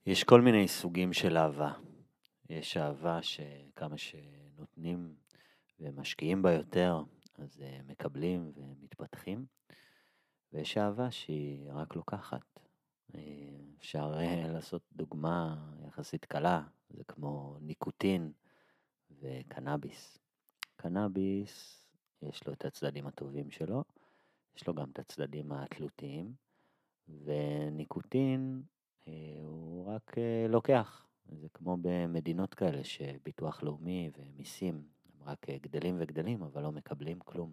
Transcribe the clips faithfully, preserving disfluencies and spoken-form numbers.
יש כל מיני סוגים של אהבה. יש אהבה שכמה שנותנים ומשקיעים בה יותר, אז אה, מקבלים ומתפתחים, ויש אהבה שהיא רק לוקחת. אה, אפשר אה, לעשות דוגמה יחסית קלה, זה כמו ניקוטין וקנאביס. קנאביס, יש לו את הצדדים הטובים שלו, יש לו גם את הצדדים התלותיים, וניקוטין אה, הוא רק אה, לוקח. זה כמו במדינות כאלה שביטוח לאומי ומיסים הם רק אה, גדלים וגדלים, אבל לא מקבלים כלום.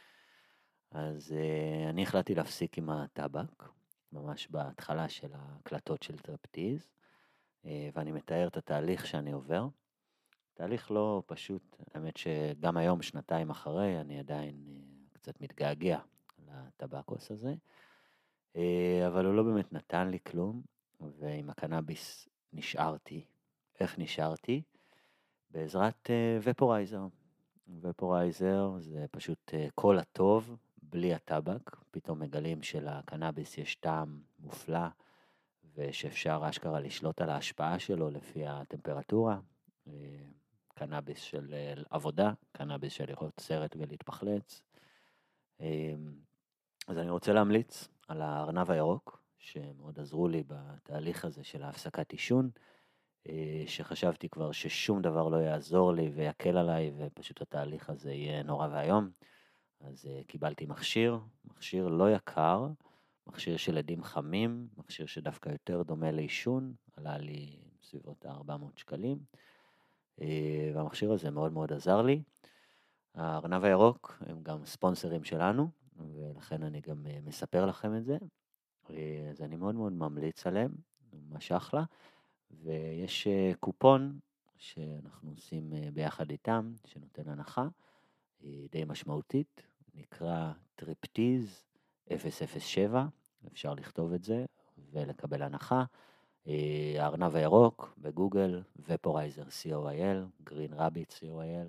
אז אה, אני החלטתי להפסיק עם הטבק, ממש בהתחלה של ההקלטות של טרפטיז, אה, ואני מתאר את התהליך שאני עובר. תהליך לא פשוט, האמת שגם היום, שנתיים אחרי, אני עדיין אה, קצת מתגעגע לטבקוס הזה. אה, אבל הוא לא באמת נתן לי כלום, ועם הקנאביס נשארתי. איך נשארתי? בעזרת אה, ופורייזר. ופורייזר זה פשוט אה, כל הטוב, בלי הטבק. פתאום מגלים שלקנאביס יש טעם מופלא, ושאפשר אשכרה לשלוט על ההשפעה שלו לפי הטמפרטורה. אה, קנאביס של אה, עבודה, קנאביס של לראות סרט ולהתפחלץ. אה, אז אני רוצה להמליץ על הארנב הירוק, שמאוד עזרו לי בתהליך הזה של ההפסקת עישון, אה, שחשבתי כבר ששום דבר לא יעזור לי ויקל עליי, ופשוט התהליך הזה יהיה נורא והיום. אז אה, קיבלתי מכשיר, מכשיר לא יקר, מכשיר של עדים חמים, מכשיר שדווקא יותר דומה לעישון, עלה לי סביבות ארבע מאות שקלים, אה, והמכשיר הזה מאוד מאוד עזר לי. הארנב הירוק הם גם ספונסרים שלנו, ולכן אני גם אה, מספר לכם את זה. אה, אז אני מאוד מאוד ממליץ עליהם, ממש אחלה. ויש אה, קופון שאנחנו עושים אה, ביחד איתם, שנותן הנחה אה, די משמעותית, נקרא טריפטיז אפס אפס שבע, אפשר לכתוב את זה ולקבל הנחה. אה, הארנב הירוק בגוגל, ופורייזר סי או איי אל, גרין רביט סי או איי אל,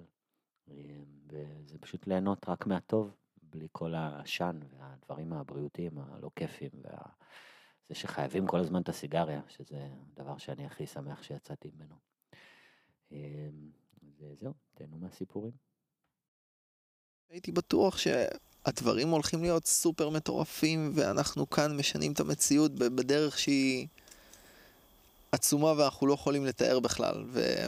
וזה פשוט ליהנות רק מהטוב, בלי כל העשן והדברים הבריאותיים הלא כיפים, וזה שחייבים כל הזמן את הסיגריה, שזה דבר שאני הכי שמח שיצאתי ממנו. וזהו, תהנו מהסיפורים. הייתי בטוח שהדברים הולכים להיות סופר מטורפים, ואנחנו כאן משנים את המציאות בדרך שהיא עצומה ואנחנו לא יכולים לתאר בכלל.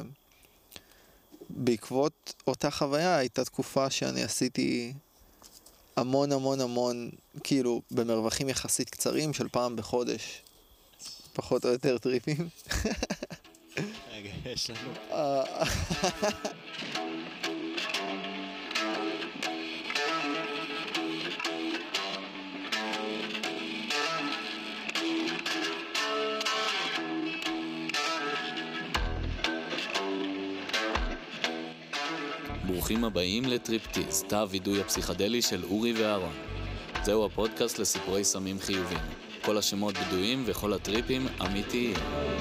ובעקבות אותה חוויה הייתה תקופה שאני עשיתי המון המון המון, כאילו במרווחים יחסית קצרים של פעם בחודש, פחות או יותר טריפים. רגע, יש לנו. ברוכים הבאים לטריפטיז, תא הווידוי הפסיכדלי של אורי ואהרון. זהו הפודקאסט לסיפורי סמים חיובים. כל השמות בדויים וכל הטריפים אמיתיים.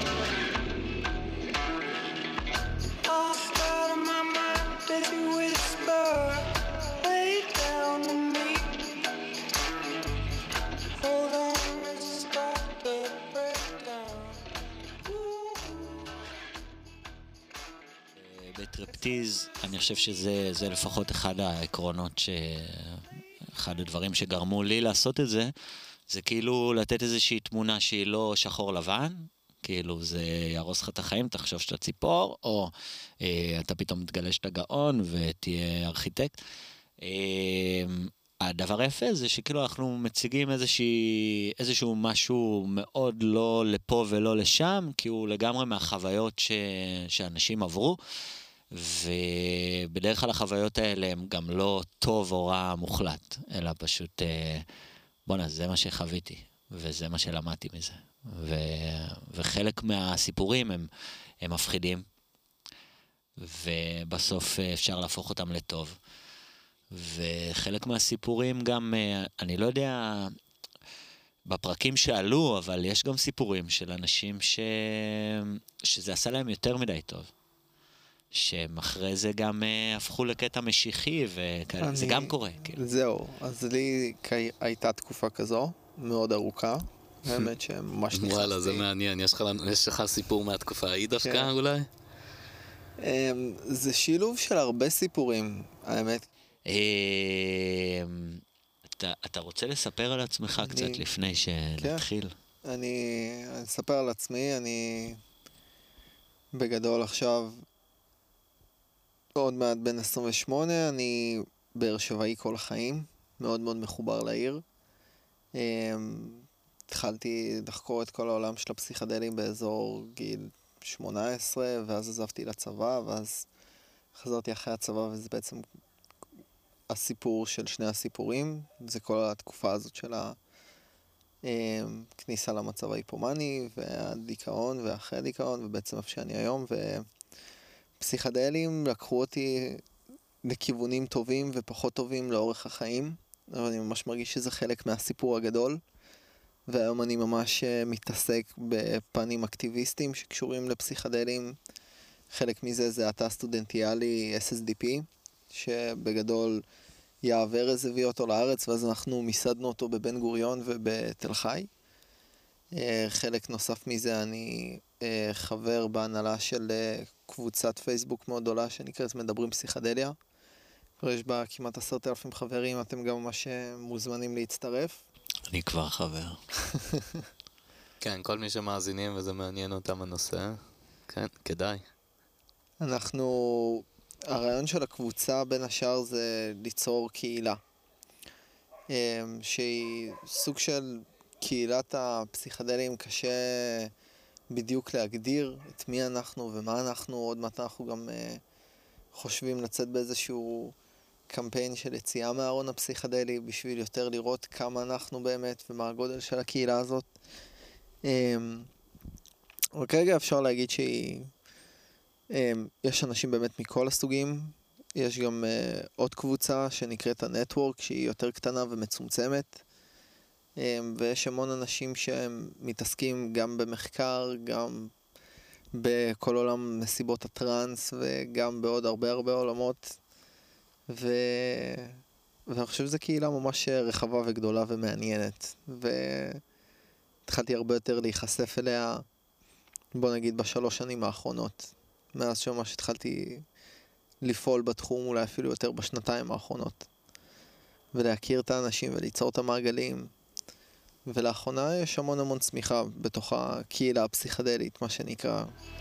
בטריפטיז, אני חושב שזה זה לפחות אחד העקרונות, ש... אחד הדברים שגרמו לי לעשות את זה, זה כאילו לתת איזושהי תמונה שהיא לא שחור לבן, כאילו זה ירוס לך את החיים, תחשוב שאתה ציפור, או אה, אתה פתאום מתגלה שאתה גאון ותהיה ארכיטקט. אה, הדבר היפה זה שכאילו אנחנו מציגים איזושהי, איזשהו משהו מאוד לא לפה ולא לשם, כי הוא לגמרי מהחוויות ש... שאנשים עברו, ובדרך כלל החוויות האלה הם גם לא טוב או רע מוחלט, אלא פשוט, בונה, זה מה שחוויתי, וזה מה שלמדתי מזה. ו... וחלק מהסיפורים הם, הם מפחידים, ובסוף אפשר להפוך אותם לטוב. וחלק מהסיפורים גם, אני לא יודע, בפרקים שעלו, אבל יש גם סיפורים של אנשים ש... שזה עשה להם יותר מדי טוב. שהם אחרי זה גם uh, הפכו לקטע משיחי, וכאלה, זה גם קורה. כאילו. זהו, אז לי הייתה תקופה כזו, מאוד ארוכה, האמת שממש נכנסתי. וואלה, זה מעניין. יש לך, יש לך סיפור מהתקופה ההיא דווקא אולי? זה שילוב של הרבה סיפורים, האמת. אתה, אתה רוצה לספר על עצמך אני... קצת לפני שנתחיל? כן. אני אספר על עצמי, אני בגדול עכשיו עוד מעט בן עשרים ושמונה, אני באר שבעי כל החיים, מאוד מאוד מחובר לעיר. התחלתי לחקור את כל העולם של הפסיכדלים באזור גיל שמונה עשרה, ואז עזבתי לצבא, ואז חזרתי אחרי הצבא, וזה בעצם הסיפור של שני הסיפורים. זה כל התקופה הזאת של הכניסה למצב ההיפומני, והדיכאון, ואחרי הדיכאון, ובעצם איפה שאני היום, ופסיכדלים לקחו אותי לכיוונים טובים ופחות טובים לאורך החיים, אבל אני ממש מרגיש שזה חלק מהסיפור הגדול. והיום אני ממש מתעסק בפנים אקטיביסטיים שקשורים לפסיכדלים. חלק מזה זה התא הסטודנטיאלי אס אס די פי, שבגדול יעבר איזה הביא אותו לארץ, ואז אנחנו מיסדנו אותו בבן גוריון ובתל חי. חלק נוסף מזה, אני חבר בהנהלה של קבוצת פייסבוק מאוד גדולה שנקראת מדברים פסיכדליה. יש בה כמעט עשרת אלפים חברים, אתם גם ממש מוזמנים להצטרף. אני כבר חבר. כן, כל מי שמאזינים וזה מעניין אותם הנושא, כן, כדאי. אנחנו, הרעיון של הקבוצה בין השאר זה ליצור קהילה, שהיא סוג של קהילת הפסיכדלים. קשה בדיוק להגדיר את מי אנחנו ומה אנחנו. עוד מעט אנחנו גם חושבים לצאת באיזשהו קמפיין של יציאה מהארון הפסיכדלי, בשביל יותר לראות כמה אנחנו באמת ומה הגודל של הקהילה הזאת. אבל כרגע אפשר להגיד שהיא, יש אנשים באמת מכל הסוגים. יש גם עוד קבוצה שנקראת הנטוורק, שהיא יותר קטנה ומצומצמת, ויש המון אנשים שהם מתעסקים גם במחקר, גם בכל עולם מסיבות הטרנס, וגם בעוד הרבה הרבה עולמות. ו... ואני חושב שזו קהילה ממש רחבה וגדולה ומעניינת, והתחלתי הרבה יותר להיחשף אליה, בוא נגיד, בשלוש שנים האחרונות, מאז שממש התחלתי לפעול בתחום, אולי אפילו יותר בשנתיים האחרונות, ולהכיר את האנשים וליצור את המעגלים. ולאחרונה יש המון המון צמיחה בתוך הקהילה הפסיכדלית, מה שנקרא.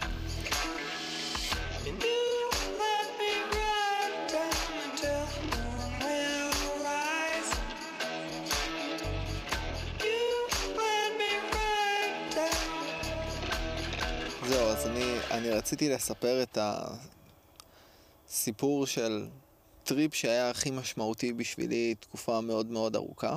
זהו, אז אני, אני רציתי לספר את הסיפור של טריפ שהיה הכי משמעותי בשבילי תקופה מאוד מאוד ארוכה.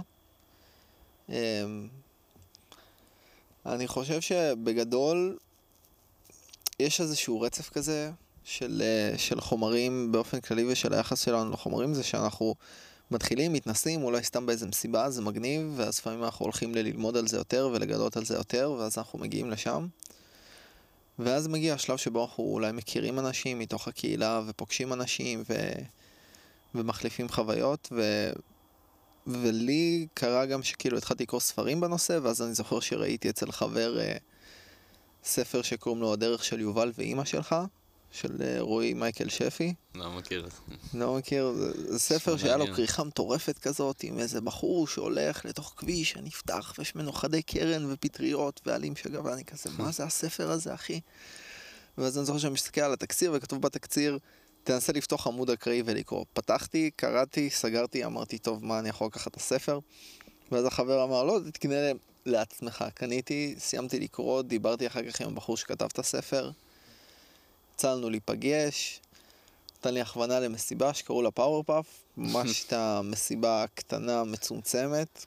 אני חושב שבגדול יש איזשהו רצף כזה של, של חומרים באופן כללי, ושל היחס שלנו לחומרים זה שאנחנו מתחילים, מתנסים, אולי סתם באיזה מסיבה, זה מגניב, ואז לפעמים אנחנו הולכים ללמוד על זה יותר ולגלות על זה יותר, ואז אנחנו מגיעים לשם. ואז מגיע השלב שבו אנחנו אולי מכירים אנשים מתוך הקהילה ופוגשים אנשים ו... ומחליפים חוויות, ו... ולי קרה גם שכאילו התחלתי לקרוא ספרים בנושא, ואז אני זוכר שראיתי אצל חבר uh, ספר שקוראים לו הדרך של יובל ואימא שלך, של uh, רועי מייקל שפי. לא מכיר. לא מכיר, זה, זה ספר שהיה לו כריכה מטורפת כזאת, עם איזה בחור שהולך לתוך כביש שנפתח, ויש ממנו חדי קרן ופטריות ועלים שגב, ואני כזה, מה זה הספר הזה, אחי? ואז אני זוכר שאני מסתכל על התקציר, וכתוב בתקציר, תנסה לפתוח עמוד אקראי ולקרוא. פתחתי, קראתי, סגרתי, אמרתי, טוב, מה אני יכול לקחת את הספר? ואז החבר אמר, לא, תקנה לעצמך. קניתי, סיימתי לקרוא, דיברתי אחר כך עם הבחור שכתב את הספר, צלנו להיפגש, נתן לי הכוונה למסיבה שקראו לה פאוור-פאף, ממש את המסיבה הקטנה, מצומצמת.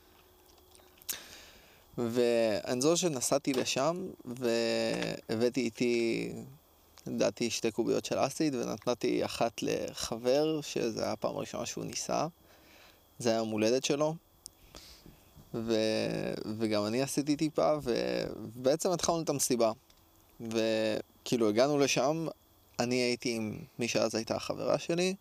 ואני זוכר שנסעתי לשם, והבאתי איתי, לדעתי, שתי קוביות של אסיד, ונתנתי אחת לחבר, שזה היה הפעם הראשונה שהוא ניסה. זה היה המולדת שלו. ו... וגם אני עשיתי טיפה, ובעצם התחלנו את המסיבה. וכאילו הגענו לשם, אני הייתי עם מי שאז הייתה החברה שלי,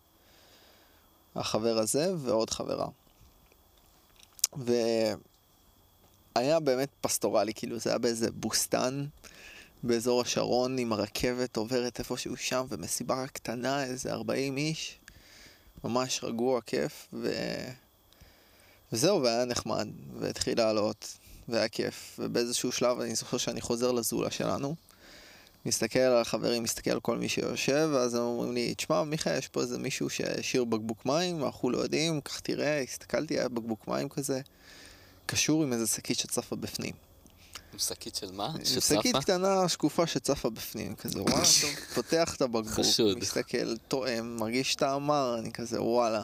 החבר הזה ועוד חברה. והיה היה באמת פסטורלי, כאילו זה היה באיזה בוסטן, באזור השרון עם הרכבת עוברת איפשהו שם, ומסיבה קטנה, איזה ארבעים איש, ממש רגוע, כיף, ו... וזהו, והיה נחמד, והתחיל לעלות, והיה כיף, ובאיזשהו שלב אני זוכר שאני חוזר לזולה שלנו, מסתכל על החברים, מסתכל על כל מי שיושב, ואז הם אומרים לי, תשמע, מיכה, יש פה איזה מישהו שהשאיר בקבוק מים, אנחנו לא יודעים, כך תראה, הסתכלתי, היה בקבוק מים כזה, קשור עם איזה שקית שצפה בפנים. עם שקית של מה? עם שקית קטנה, שקופה שצפה בפנים, כזה, וואלה, טוב, פותח את הבקבוק, חשוד. מסתכל, טועם, מרגיש שאתה אמר, אני כזה, וואלה.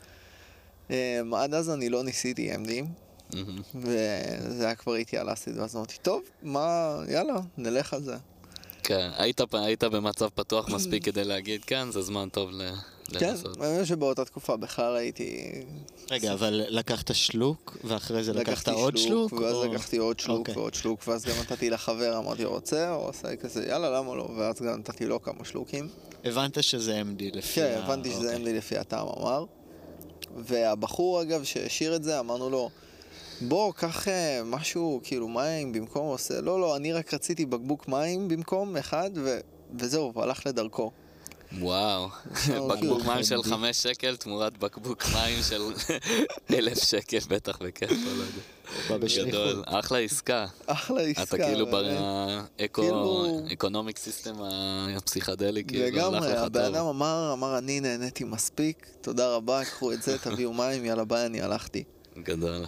עד אז אני לא ניסיתי אם די, וזה היה כבר איתי על אסיד, ואז אמרתי, טוב, מה, יאללה, נלך על זה. כן, היית, היית במצב פתוח מספיק כדי להגיד, כן, זה זמן טוב ל... כן, אני חושב שבאותה תקופה בכלל הייתי... רגע, אבל לקחת שלוק, ואחרי זה לקחת עוד שלוק? ואז לקחתי עוד שלוק ועוד שלוק, ואז גם נתתי לחבר, אמרתי, רוצה, או עושה כזה, יאללה, למה לא? ואז גם נתתי לו כמה שלוקים. הבנת שזה אם די לפי... כן, הבנתי שזה אם די לפי הטעם אמר. והבחור, אגב, שהשאיר את זה, אמרנו לו, בוא, קח משהו, כאילו מים במקום, עושה, לא, לא, אני רק רציתי בקבוק מים במקום אחד, וזהו, והלך לדרכו. וואו, בקבוק מים של חמש שקל תמורת בקבוק מים של אלף שקל, בטח בכיף, לא יודע. גדול, אחלה עסקה. אחלה עסקה. אתה כאילו באקונומיק סיסטם הפסיכדלי, כאילו הלך לך טוב. הבן אדם אמר, אמר, אני נהניתי מספיק, תודה רבה, קחו את זה, תביאו מים, יאללה ביי, אני הלכתי. גדול.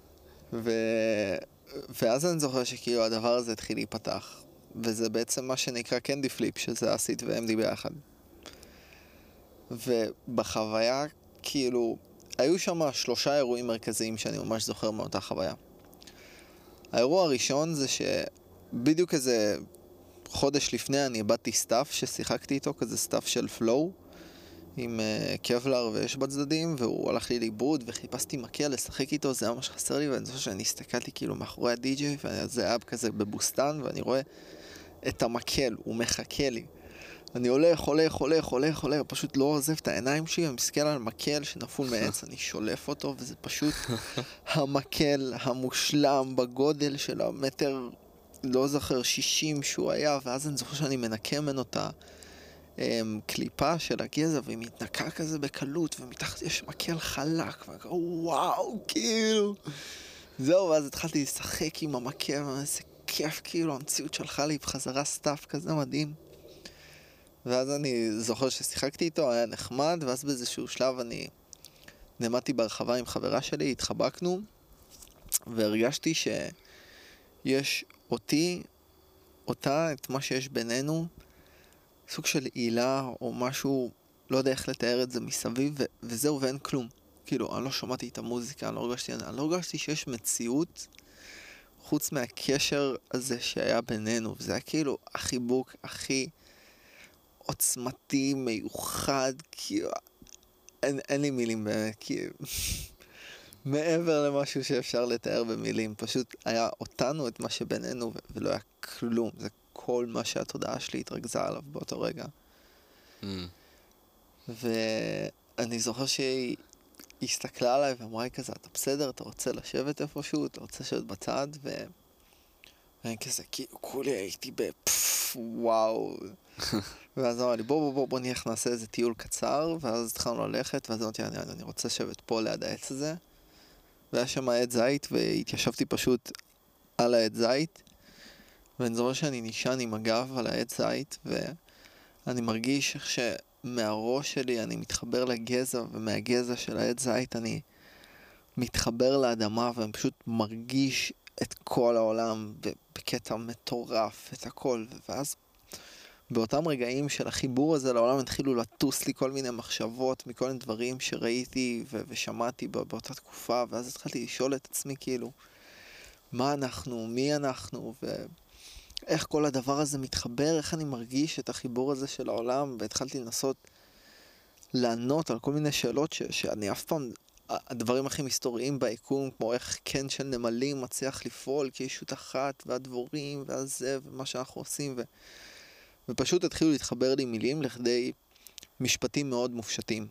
ואז אני זוכר שכאילו הדבר הזה התחיל להיפתח, וזה בעצם מה שנקרא קנדי פליפ, שזה אסיד ו-אם די ביחד. ובחוויה, כאילו, היו שם שלושה אירועים מרכזיים שאני ממש זוכר מאותה חוויה. האירוע הראשון זה שבדיוק איזה חודש לפני אני איבדתי סטאפ ששיחקתי איתו, כזה סטאפ של פלואו, עם uh, קבלר ויש בצדדים, והוא הלך לי לאיבוד וחיפשתי מקל לשחק איתו, זה היה מה שחסר לי, ואני זוכר שאני הסתכלתי כאילו מאחורי הדי-ג'יי, וזה היה כזה בבוסטן, ואני רואה את המקל, הוא מחכה לי. אני הולך, הולך, הולך, הולך, הולך, פשוט לא עוזב את העיניים שלי, אני מסתכל על מקל שנפול מעץ, אני שולף אותו, וזה פשוט המקל המושלם בגודל של המטר, לא זוכר, שישים שהוא היה, ואז אני זוכר שאני מנקה ממנו את הקליפה של הגזע, והיא מתנקה כזה בקלות, ומתחת יש מקל חלק, וואו, כאילו. זהו, ואז התחלתי לשחק עם המקל, ואיזה כיף, כאילו, המציאות שלחה לי בחזרה סטאפ כזה מדהים. ואז אני זוכר ששיחקתי איתו, היה נחמד, ואז באיזשהו שלב אני נעמדתי ברחבה עם חברה שלי, התחבקנו, והרגשתי שיש אותי, אותה, את מה שיש בינינו, סוג של עילה או משהו, לא יודע איך לתאר את זה מסביב, ו- וזהו ואין כלום. כאילו, אני לא שמעתי את המוזיקה, אני לא הרגשתי, אני לא הרגשתי שיש מציאות, חוץ מהקשר הזה שהיה בינינו, וזה היה כאילו החיבוק הכי עוצמתי, מיוחד, כאילו, אין, אין לי מילים באמת, כאילו, מעבר למשהו שאפשר לתאר במילים, פשוט היה אותנו את מה שבינינו, ו- ולא היה כלום, זה כל מה שהתודעה שלי התרכזה עליו באותו רגע. Mm. ואני זוכר שהיא הסתכלה עליי ואמרה לי כזה, אתה בסדר, אתה רוצה לשבת איפשהו, אתה רוצה לשבת בצד, ו... ואני כזה, כאילו, כולי הייתי בפפפ, וואו. ואז אמרה לי, בוא, בוא, בוא, בוא נלך נעשה איזה טיול קצר, ואז התחלנו ללכת, ואז אמרתי, אני, אני רוצה לשבת פה ליד העץ הזה, והיה שם עץ זית, והתיישבתי פשוט על העץ זית, ואני זוכר שאני נשען עם הגב על העץ זית, ואני מרגיש איך שמהראש שלי אני מתחבר לגזע, ומהגזע של העץ זית אני מתחבר לאדמה, ואני פשוט מרגיש את כל העולם בקטע מטורף, את הכל, ואז באותם רגעים של החיבור הזה לעולם התחילו לטוס לי כל מיני מחשבות מכל מיני דברים שראיתי ו- ושמעתי בא- באותה תקופה, ואז התחלתי לשאול את עצמי כאילו, מה אנחנו, מי אנחנו, ואיך כל הדבר הזה מתחבר, איך אני מרגיש את החיבור הזה של העולם, והתחלתי לנסות לענות על כל מיני שאלות ש- שאני אף פעם, הדברים הכי מסתוריים ביקום, כמו איך קן של נמלים מצליח לפעול כישות אחת, והדבורים והזה ומה שאנחנו עושים, ו... ופשוט התחילו להתחבר לי מילים לכדי משפטים מאוד מופשטים.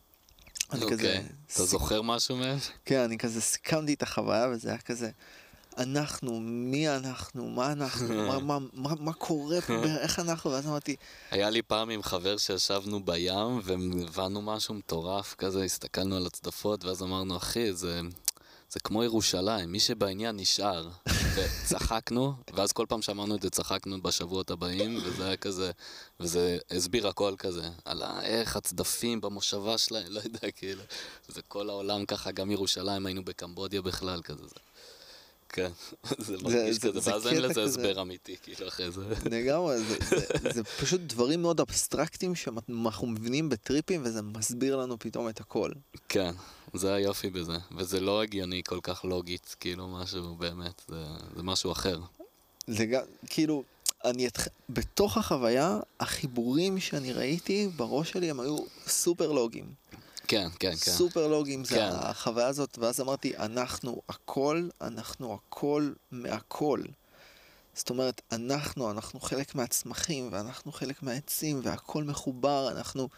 אוקיי, אתה זוכר משהו מהם? כן, אני כזה סיכמתי את החוויה, וזה היה כזה, אנחנו, מי אנחנו, מה אנחנו, מה, מה, מה, מה קורה פה, איך אנחנו, ואז אמרתי... היה לי פעם עם חבר שישבנו בים, והבנו משהו מטורף כזה, הסתכלנו על הצדפות, ואז אמרנו, אחי, זה... זה כמו ירושלים, מי שבעניין נשאר. וצחקנו, ואז כל פעם שאמרנו את זה, צחקנו בשבועות הבאים, וזה היה כזה, וזה הסביר הכל כזה, על איך הצדפים במושבה שלהם, לא יודע, כאילו, זה כל העולם ככה, גם ירושלים, היינו בקמבודיה בכלל, כזה זה. כן, זה מרגיש כזה, ואז אין לזה הסבר אמיתי, כאילו, אחרי זה. לגמרי, זה פשוט דברים מאוד אבסטרקטיים, שאנחנו מבינים בטריפים, וזה מסביר לנו פתאום את הכל. כן. זה היופי בזה, וזה לא הגיוני כל כך לוגית, כאילו משהו באמת, זה, זה משהו אחר. זה גם, כאילו, אני, בתוך החוויה, החיבורים שאני ראיתי בראש שלי הם היו סופר לוגיים. כן, כן, כן. סופר לוגיים, זה כן. החוויה הזאת, ואז אמרתי, אנחנו הכל, אנחנו הכל מהכל. זאת אומרת, אנחנו, אנחנו חלק מהצמחים, ואנחנו חלק מהעצים, והכל מחובר, אנחנו...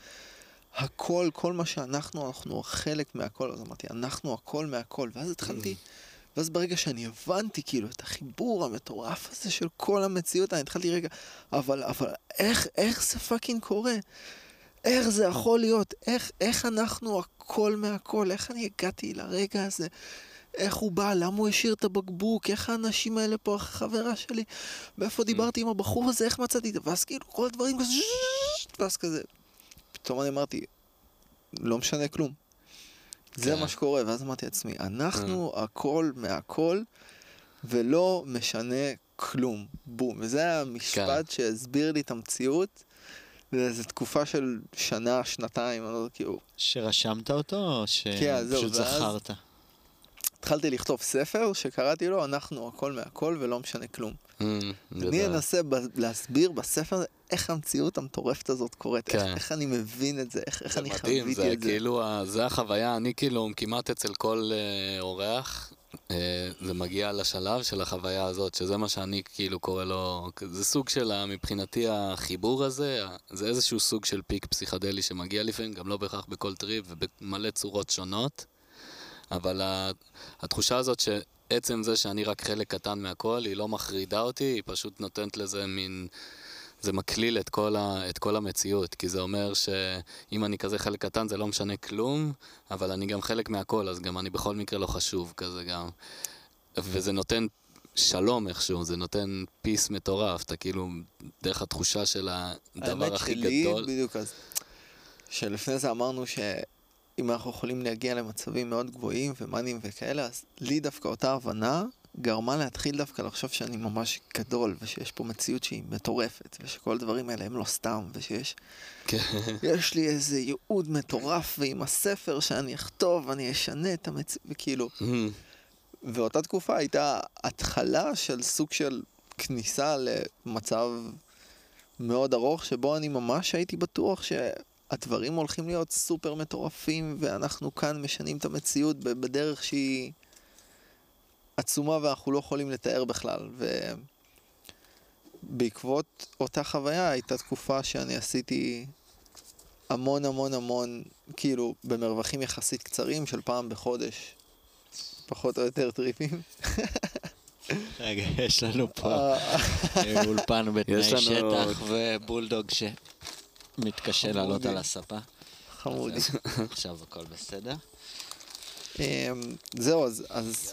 הכל, כל מה שאנחנו, אנחנו חלק מהכל, אז אמרתי, אנחנו הכל מהכל, ואז התחלתי, ואז ברגע שאני הבנתי כאילו את החיבור המטורף הזה של כל המציאות, אני התחלתי רגע, אבל, אבל איך, איך זה פאקינג קורה? איך זה יכול להיות? איך, איך אנחנו הכל מהכל? איך אני הגעתי לרגע הזה? איך הוא בא? למה הוא השאיר את הבקבוק? איך האנשים האלה פה, החברה שלי? ואיפה דיברתי עם הבחור הזה? איך מצאתי? ואז כאילו כל הדברים כזה, ואז כזה, פתאום אני אמרתי, לא משנה כלום. זה מה שקורה, ואז אמרתי לעצמי, אנחנו הכל מהכל, ולא משנה כלום. בום. וזה היה המשפט שהסביר לי את המציאות, וזו תקופה של שנה, שנתיים, אני לא יודע, כאילו... שרשמת אותו, או שפשוט זכרת? התחלתי לכתוב ספר שקראתי לו, אנחנו הכל מהכל ולא משנה כלום. אני אנסה להסביר בספר הזה איך המציאות המטורפת הזאת קורית, איך אני מבין את זה, איך אני חוויתי את זה. זה כאילו, זה החוויה, אני כאילו כמעט אצל כל אורח, זה מגיע לשלב של החוויה הזאת, שזה מה שאני כאילו קורא לו, זה סוג של, מבחינתי החיבור הזה, זה איזשהו סוג של פיק פסיכדלי שמגיע לפעמים, גם לא בהכרח בכל טריפ ובמלא צורות שונות, אבל התחושה הזאת שעצם זה שאני רק חלק קטן מהכל, היא לא מחרידה אותי, היא פשוט נותנת לזה מין, זה מקליל את כל, ה, את כל המציאות, כי זה אומר שאם אני כזה חלק קטן זה לא משנה כלום, אבל אני גם חלק מהכל, אז גם אני בכל מקרה לא חשוב כזה גם. וזה נותן שלום איכשהו, זה נותן פיס מטורף, אתה כאילו דרך התחושה של הדבר הכי גדול. האמת שלי בדיוק אז, שלפני זה אמרנו ש... אם אנחנו יכולים להגיע למצבים מאוד גבוהים ומאנים וכאלה, אז לי דווקא אותה הבנה גרמה להתחיל דווקא לחשוב שאני ממש גדול, ושיש פה מציאות שהיא מטורפת, ושכל הדברים האלה הם לא סתם, ושיש יש לי איזה ייעוד מטורף, ועם הספר שאני אכתוב, אני אשנה את המציאות, וכאילו... ואותה תקופה הייתה התחלה של סוג של כניסה למצב מאוד ארוך, שבו אני ממש הייתי בטוח ש... הדברים הולכים להיות סופר מטורפים, ואנחנו כאן משנים את המציאות בדרך שהיא עצומה, ואנחנו לא יכולים לתאר בכלל. ובעקבות אותה חוויה הייתה תקופה שאני עשיתי המון המון המון, כאילו במרווחים יחסית קצרים של פעם בחודש, פחות או יותר טריפים. רגע, יש לנו פה אולפן בתנאי שטח ובולדוג ש... מתקשה לעלות על הספה. חמודי. עכשיו הכל בסדר. זהו, אז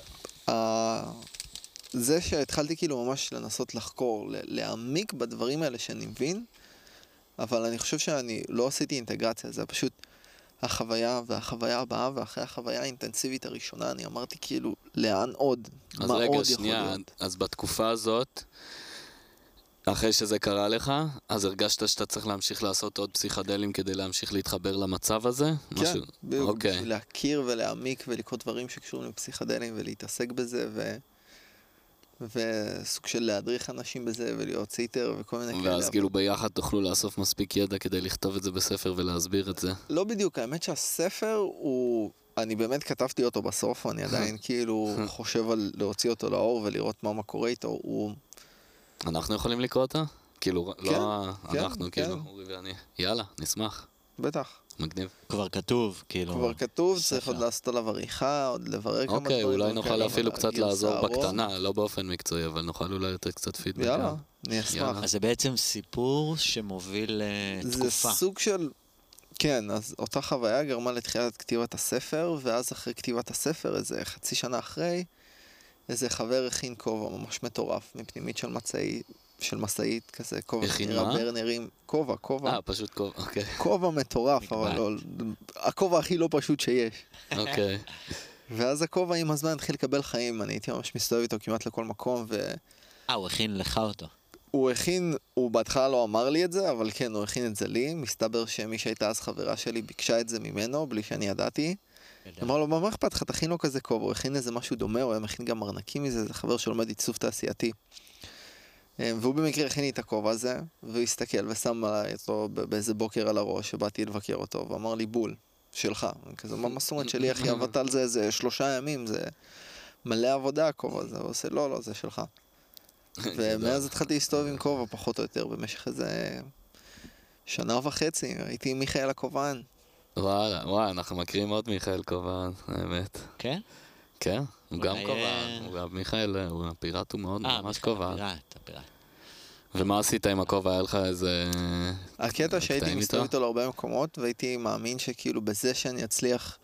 זה שהתחלתי כאילו ממש לנסות לחקור, להעמיק בדברים האלה שאני מבין, אבל אני חושב שאני לא עשיתי אינטגרציה, זה פשוט החוויה והחוויה הבאה, ואחרי החוויה האינטנסיבית הראשונה, אני אמרתי כאילו, לאן עוד? מה עוד יכול להיות? אז רגע, שנייה, אז בתקופה הזאת, אחרי שזה קרה לך, אז הרגשת שאתה צריך להמשיך לעשות עוד פסיכדלים כדי להמשיך להתחבר למצב הזה? כן, משהו... בדיוק, okay. בשביל להכיר ולהעמיק ולקרוא דברים שקשורים לפסיכדלים ולהתעסק בזה ו... וסוג של להדריך אנשים בזה ולהיות ציטר וכל מיני כאלה. ואז כאילו ביחד תוכלו לאסוף מספיק ידע כדי לכתוב את זה בספר ולהסביר את זה? לא בדיוק, האמת שהספר הוא... אני באמת כתבתי אותו בסוף, אני עדיין כאילו חושב על להוציא אותו לאור ולראות מה מה קורה איתו, הוא... אנחנו יכולים לקרוא אותה? כאילו, לא אנחנו, כאילו, אורי ואני. יאללה, נשמח. בטח. מגניב. כבר כתוב, כאילו... כבר כתוב, ספר. צריך עוד לעשות עליו עריכה, עוד לברר כמה אוקיי, דברים. אולי נוכל כאלה, אפילו אבל קצת הגרסה לעזור הרוב- בקטנה, לא באופן מקצועי, אבל נוכל אולי לתת קצת פידבק. יאללה, גם. אני אשמח. יאללה. אז זה בעצם סיפור שמוביל uh, זה תקופה. סוג של... כן, אז אותה חוויה גרמה לתחילת כתיבת הספר, ואז אחרי כתיבת הספר, איזה חצי שנה אחרי, איזה חבר הכין כובע ממש מטורף, מפנימית של מצעי, של מסעית, כזה כובע הכין שנראה מה? ברנרים, כובע, כובע, אה, פשוט כובע, אוקיי. כובע מטורף, נקבע. אבל לא, הכובע הכי לא פשוט שיש. אוקיי. ואז הכובע עם הזמן התחיל לקבל חיים, אני הייתי ממש מסתובב איתו כמעט לכל מקום, ו... אה, הוא הכין לך אותו. הוא הכין, הוא בהתחלה לא אמר לי את זה, אבל כן, הוא הכין את זה לי. מסתבר שמי שהייתה אז חברה שלי ביקשה את זה ממנו, בלי שאני ידעתי. אמר לו, מה אכפת לך, תכין לו כזה כובע, הוא הכין איזה משהו דומה, הוא היה מכין גם ארנקים מזה, זה חבר שלומד עיצוב תעשייתי. והוא במקרה הכין לי את הכובע הזה, והוא הסתכל ושם אותו באיזה בוקר על הראש, שבאתי לבקר אותו, ואמר לי, בול, שלך. כזה, מה מסורת שלי, אחי, עבדת על זה איזה שלושה ימים, זה מלא עבודה הכובע הזה, הוא עושה, לא, לא, זה שלך. ומאז התחלתי להסתובב עם כובע פחות או יותר במשך איזה שנה וחצי, הייתי עם מיכאל הכובען. וואלה, וואי, אנחנו מכירים עוד מיכאל כובען, האמת. כן? כן, הוא גם אולי, כובען, אה, הוא גם מיכאל, הוא הפיראט, הוא מאוד אה, ממש מיכאל, כובען. הפיראט, הפיראט. ומה עשית עם הכובע? היה לך איזה... הקטע שהייתי קטעים מסתובב איתו? איתו להרבה מקומות, והייתי מאמין שכאילו בזה שאני אצליח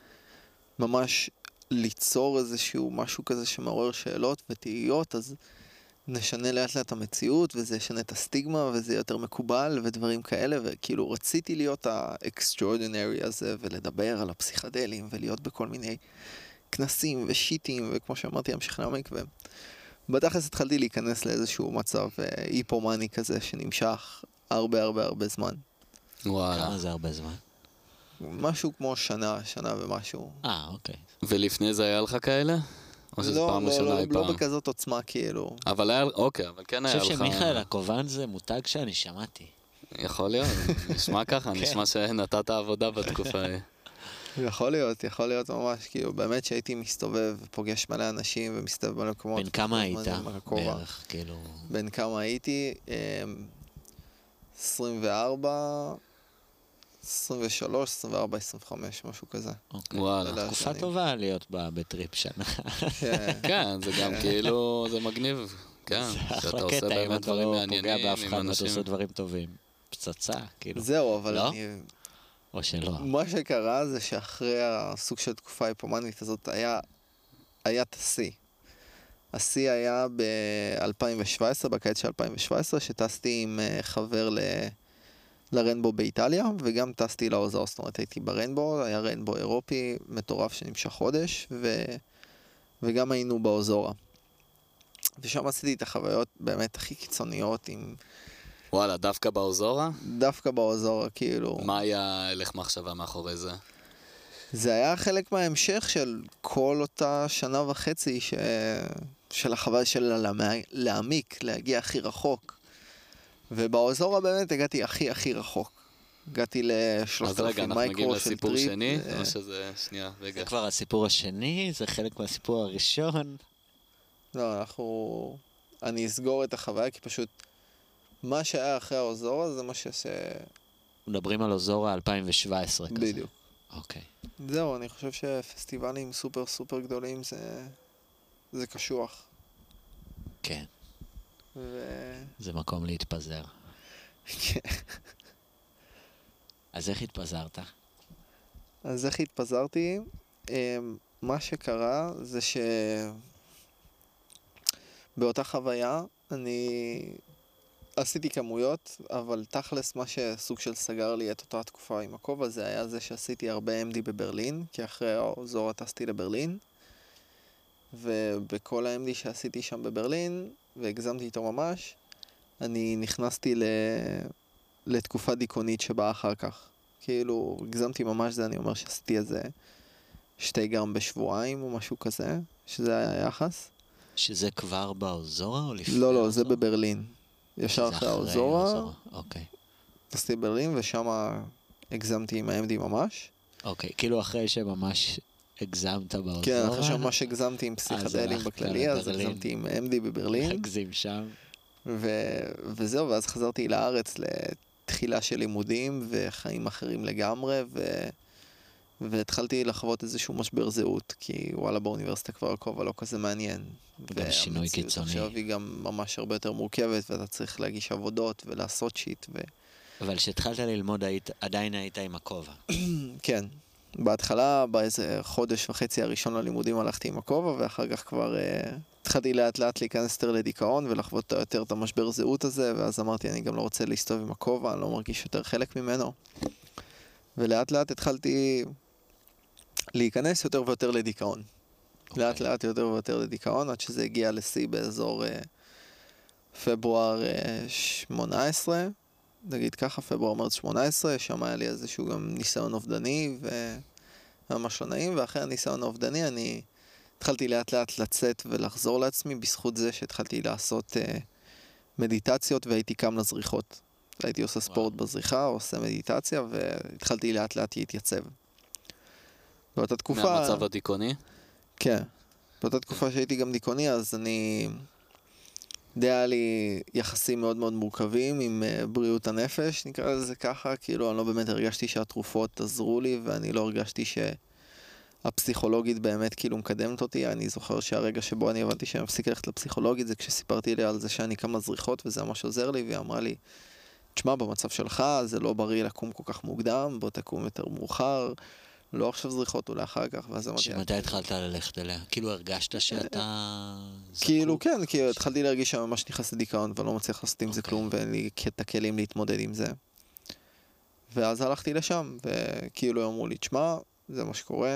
ממש ליצור איזשהו משהו כזה שמעורר שאלות ותהיות, אז נשנה לאט לאט המציאות, וזה ישנה את הסטיגמה, וזה יותר מקובל, ודברים כאלה, וכאילו רציתי להיות ה-extraordinary הזה, ולדבר על הפסיכדלים, ולהיות בכל מיני כנסים ושיטים, וכמו שאמרתי, להמשיך להעמיק, ובתכלס התחלתי להיכנס לאיזשהו מצב אה, היפומני כזה, שנמשך הרבה הרבה הרבה זמן. וואלה. כמה זה הרבה זמן? משהו כמו שנה, שנה ומשהו. אה, אוקיי. ולפני זה היה לך כאלה? או שזו לא, פעם לא, ראשונה לא, אי לא פעם? בכזאת עוצמה, כאילו. אבל היה, אוקיי, אבל כן אני היה חושב לך... שמיכאל הכובען זה מותג שאני שמעתי. יכול להיות, נשמע ככה, כן. נשמע שנתת עבודה בתקופה ההיא. יכול להיות, יכול להיות ממש, כאילו, באמת שהייתי מסתובב ופוגש מלא אנשים ומסתובב מלא מקומות. בן כמה וכל היית? הזמן עם הכובע. בערך, כאילו... בן כמה הייתי? אמ, עשרים וארבע, עשרים ושלוש, עשרים וארבע, עשרים וחמש, משהו כזה. אוקיי. וואלה. אלה תקופה השנים. טובה להיות ב- בטריפ שנה. כן. כן, זה גם כאילו, זה מגניב. כן, זה שאתה אחלה עושה קטע, אם באמת אתה דברים לא מעניינים פוגע באף עם אחד ואתה אנשים. עושה דברים טובים. פצצה, כאילו. זהו, אבל לא? אני... או שלא. מה שקרה זה שאחרי הסוג של תקופה ההיפומנית הזאת היה, היה את השיא. השיא היה ב-אלפיים שבע עשרה, בקיץ של אלפיים שבע עשרה, שטסתי עם אה, חבר ל... לרנבו באיטליה, וגם טסתי לאוזור, זאת אומרת הייתי ברנבו, היה רנבו אירופי מטורף שנמשך חודש, ו... וגם היינו באוזורה. ושם עשיתי את החוויות באמת הכי קיצוניות, עם... וואלה, דווקא באוזורה? דווקא באוזורה, כאילו... מה היה הלך מחשבה מאחורי זה? זה היה חלק מההמשך של כל אותה שנה וחצי ש... של החוויה של להמע... להעמיק, להגיע הכי רחוק. ובאוזורה באמת הגעתי הכי הכי רחוק. הגעתי לשלושת אז רגע, אלפים אנחנו מגיעים מייקרו של לסיפור טריפ. שני? ו- או שזה... שנייה, רגע. זה כבר הסיפור השני, זה חלק מהסיפור הראשון. לא, אנחנו... אני אסגור את החוויה, כי פשוט מה שהיה אחרי האוזורה זה מה שעושה... מדברים על אוזורה אלפיים שבע עשרה כזה. בדיוק. אוקיי. זהו, אני חושב שפסטיבלים סופר סופר גדולים זה... זה קשוח. כן, ו... זה מקום להתפזר. כן. אז איך התפזרת? אז איך התפזרתי? אמ, מה שקרה זה שבאותה חוויה אני עשיתי כמויות, אבל תכלס מה שסוג של סגר לי את אותה תקופה עם הכובע זה היה זה שעשיתי הרבה אם די בברלין, כי אחרי האוזורה טסתי לברלין, ובכל ה-אם די שעשיתי שם בברלין, והגזמתי איתו ממש, אני נכנסתי ל... לתקופה דיכאונית שבאה אחר כך. כאילו, הגזמתי ממש זה, אני אומר שעשיתי איזה שתי גרם בשבועיים או משהו כזה, שזה היה היחס. שזה כבר באוזורה או לפני? לא, לא, זה האוזורה? בברלין. ישר זה אחרי האוזורה, אוקיי. טסתי בברלין, ושם הגזמתי עם ה-אם די ממש. אוקיי, כאילו אחרי שממש הגזמת באוזורה. כן, אחרי שממש הגזמתי עם פסיכדלים הלכת בכללי, אז לברלין. הגזמתי עם ה-אם די בברלין. הגזים שם. ו... וזהו, ואז חזרתי לארץ תחילה של לימודים וחיים אחרים לגמרי, ו... והתחלתי לחוות איזשהו משבר זהות, כי וואלה באוניברסיטה כבר הכובע לא כזה מעניין. גם שינוי קיצוני. עכשיו היא גם ממש הרבה יותר מורכבת, ואתה צריך להגיש עבודות ולעשות שיט. ו... אבל כשהתחלת ללמוד היית, עדיין היית עם הכובע. כן. בהתחלה, באיזה חודש וחצי הראשון ללימודים הלכתי עם הכובע, ואחר כך כבר uh, התחלתי לאט לאט להיכנס יותר לדיכאון, ולחוות יותר את המשבר זהות הזה, ואז אמרתי, אני גם לא רוצה להסתובב עם הכובע, אני לא מרגיש יותר חלק ממנו. ולאט לאט התחלתי להיכנס יותר ויותר לדיכאון. Okay. לאט לאט יותר ויותר לדיכאון, עד שזה הגיע לשיא באזור uh, פברואר uh, שמונה עשרה, נגיד ככה, פברואר מרץ שמונה עשרה, שם היה לי איזשהו גם ניסיון אובדני, וממש לא נעים, ואחרי הניסיון האובדני אני התחלתי לאט לאט לצאת ולחזור לעצמי, בזכות זה שהתחלתי לעשות uh, מדיטציות והייתי קם לזריחות. הייתי עושה ספורט בזריחה, עושה מדיטציה, והתחלתי לאט לאט להתייצב. באותה תקופה... מהמצב הדיכאוני? כן. באותה תקופה שהייתי גם דיכאוני, אז אני... די היה לי יחסים מאוד מאוד מורכבים עם uh, בריאות הנפש, נקרא לזה ככה, כאילו אני לא באמת הרגשתי שהתרופות עזרו לי, ואני לא הרגשתי שהפסיכולוגית באמת כאילו מקדמת אותי. אני זוכר שהרגע שבו אני הבנתי שאני מפסיק ללכת לפסיכולוגית, זה כשסיפרתי לי על זה שאני כמה זריחות, וזה ממש עוזר לי, והיא אמרה לי, תשמע, במצב שלך זה לא בריא לקום כל כך מוקדם, בוא תקום יותר מאוחר, לא עכשיו זריחות, אולי אחר כך, ואז אמרתי... שמתי התחלת ללכת אליה? כאילו הרגשת שאתה... כאילו כן, כי התחלתי להרגיש שאני ממש נכנס לדיכאון, ולא מצליח לעשות עם זה כלום, ואין לי את הכלים להתמודד עם זה. ואז הלכתי לשם, וכאילו אמרו לי, תשמע, זה מה שקורה.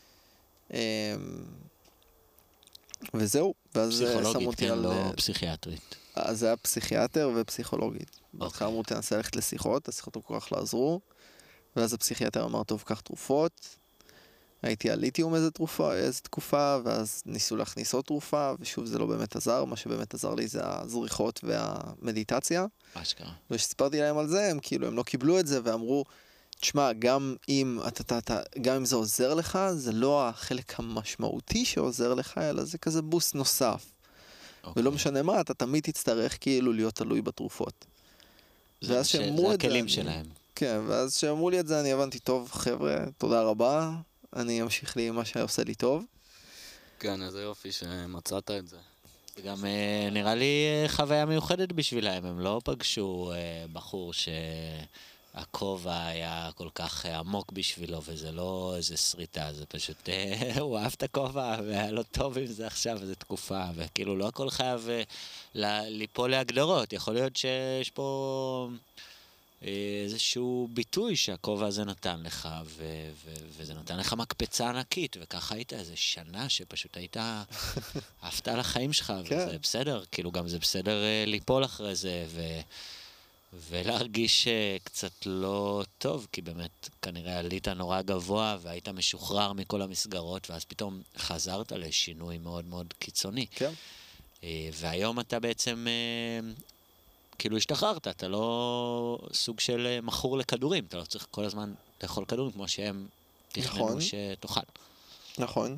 וזהו, ואז שמו אותי על... פסיכולוגית, כן, לא פסיכיאטרית. אז זה היה פסיכיאטר ופסיכולוגית. בהתחלה אמרו, תנסה ללכת לשיחות, השיחות לא כל כך לא עזרו. ואז הפסיכיאטר אמר, טוב, קח תרופות. הייתי על ליתיום איזה תרופה, איזה תקופה, ואז ניסו להכניס עוד תרופה, ושוב זה לא באמת עזר, מה שבאמת עזר לי זה הזריחות והמדיטציה. אשכרה. וכשסיפרתי להם על זה, הם כאילו, הם לא קיבלו את זה, ואמרו, תשמע, גם אם, אתה, אתה, אתה, גם אם זה עוזר לך, זה לא החלק המשמעותי שעוזר לך, אלא זה כזה בוסט נוסף. אוקיי. ולא משנה מה, אתה תמיד תצטרך כאילו להיות תלוי בתרופות. זה, ואז ש... זה הכלים זה, שלהם. אני... כן, ואז שאמרו לי את זה, אני הבנתי, טוב, חבר'ה, תודה רבה, אני אמשיך לי מה שעושה לי טוב. כן, איזה יופי שמצאת את זה. גם נראה לי חוויה מיוחדת בשבילהם, הם לא פגשו בחור שהכובע היה כל כך עמוק בשבילו, וזה לא איזה שריטה, זה פשוט, הוא אהב את הכובע, והיה לו טוב עם זה עכשיו, איזו תקופה, וכאילו לא הכל חייב ליפול להגדרות, יכול להיות שיש פה... איזשהו ביטוי שהכובע הזה נתן לך, ו- ו- וזה נתן לך מקפצה ענקית, וככה היית איזה שנה שפשוט היית אהבת על החיים שלך, כן. וזה בסדר, כאילו גם זה בסדר uh, ליפול אחרי זה, ו- ולהרגיש uh, קצת לא טוב, כי באמת כנראה עלית נורא גבוה, והיית משוחרר מכל המסגרות, ואז פתאום חזרת לשינוי מאוד מאוד קיצוני. כן. Uh, והיום אתה בעצם... Uh, כאילו השתחררת, אתה לא סוג של מכור לכדורים, אתה לא צריך כל הזמן לאכול כדורים כמו שהם תכננו נכון. שתאכל. נכון.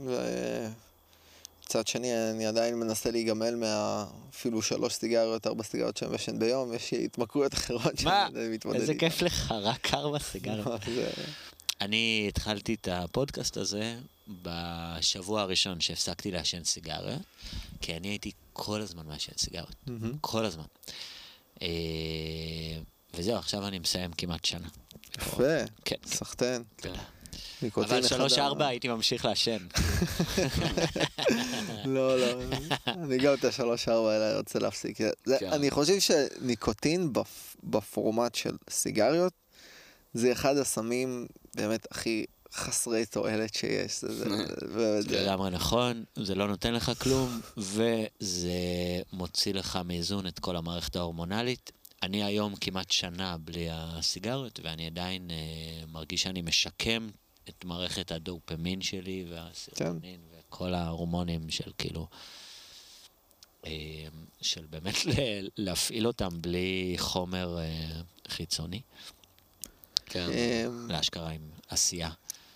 וצד שני, אני עדיין מנסה להיגמל מה... אפילו שלוש סיגריות, ארבע סיגריות שאני משן ביום, יש התמכרויות אחרות שאני מתמודד איתן. איזה כיף לך, רק ארבע סיגריות. אני התחלתי את הפודקאסט הזה בשבוע הראשון שהפסקתי לעשן סיגריות, כי אני הייתי כל הזמן מעשן סיגריות, כל הזמן. וזהו, עכשיו אני מסיים כמעט שנה. יפה, סחטן. תודה. אבל שלוש ארבע הייתי ממשיך לעשן. לא, לא, אני גם את השלוש ארבע האלה רוצה להפסיק. אני חושב שניקוטין בפורמט של סיגריות, זה אחד הסמים באמת הכי חסרי תועלת שיש. זה לגמרי נכון, זה לא נותן לך כלום, וזה מוציא לך מאיזון את כל המערכת ההורמונלית. אני היום כמעט שנה בלי הסיגריות, ואני עדיין מרגיש שאני משקם את מערכת הדופמין שלי, והסרוטונין, וכל ההורמונים של כאילו, של באמת להפעיל אותם בלי חומר חיצוני. כן, להשכרה עם עשייה.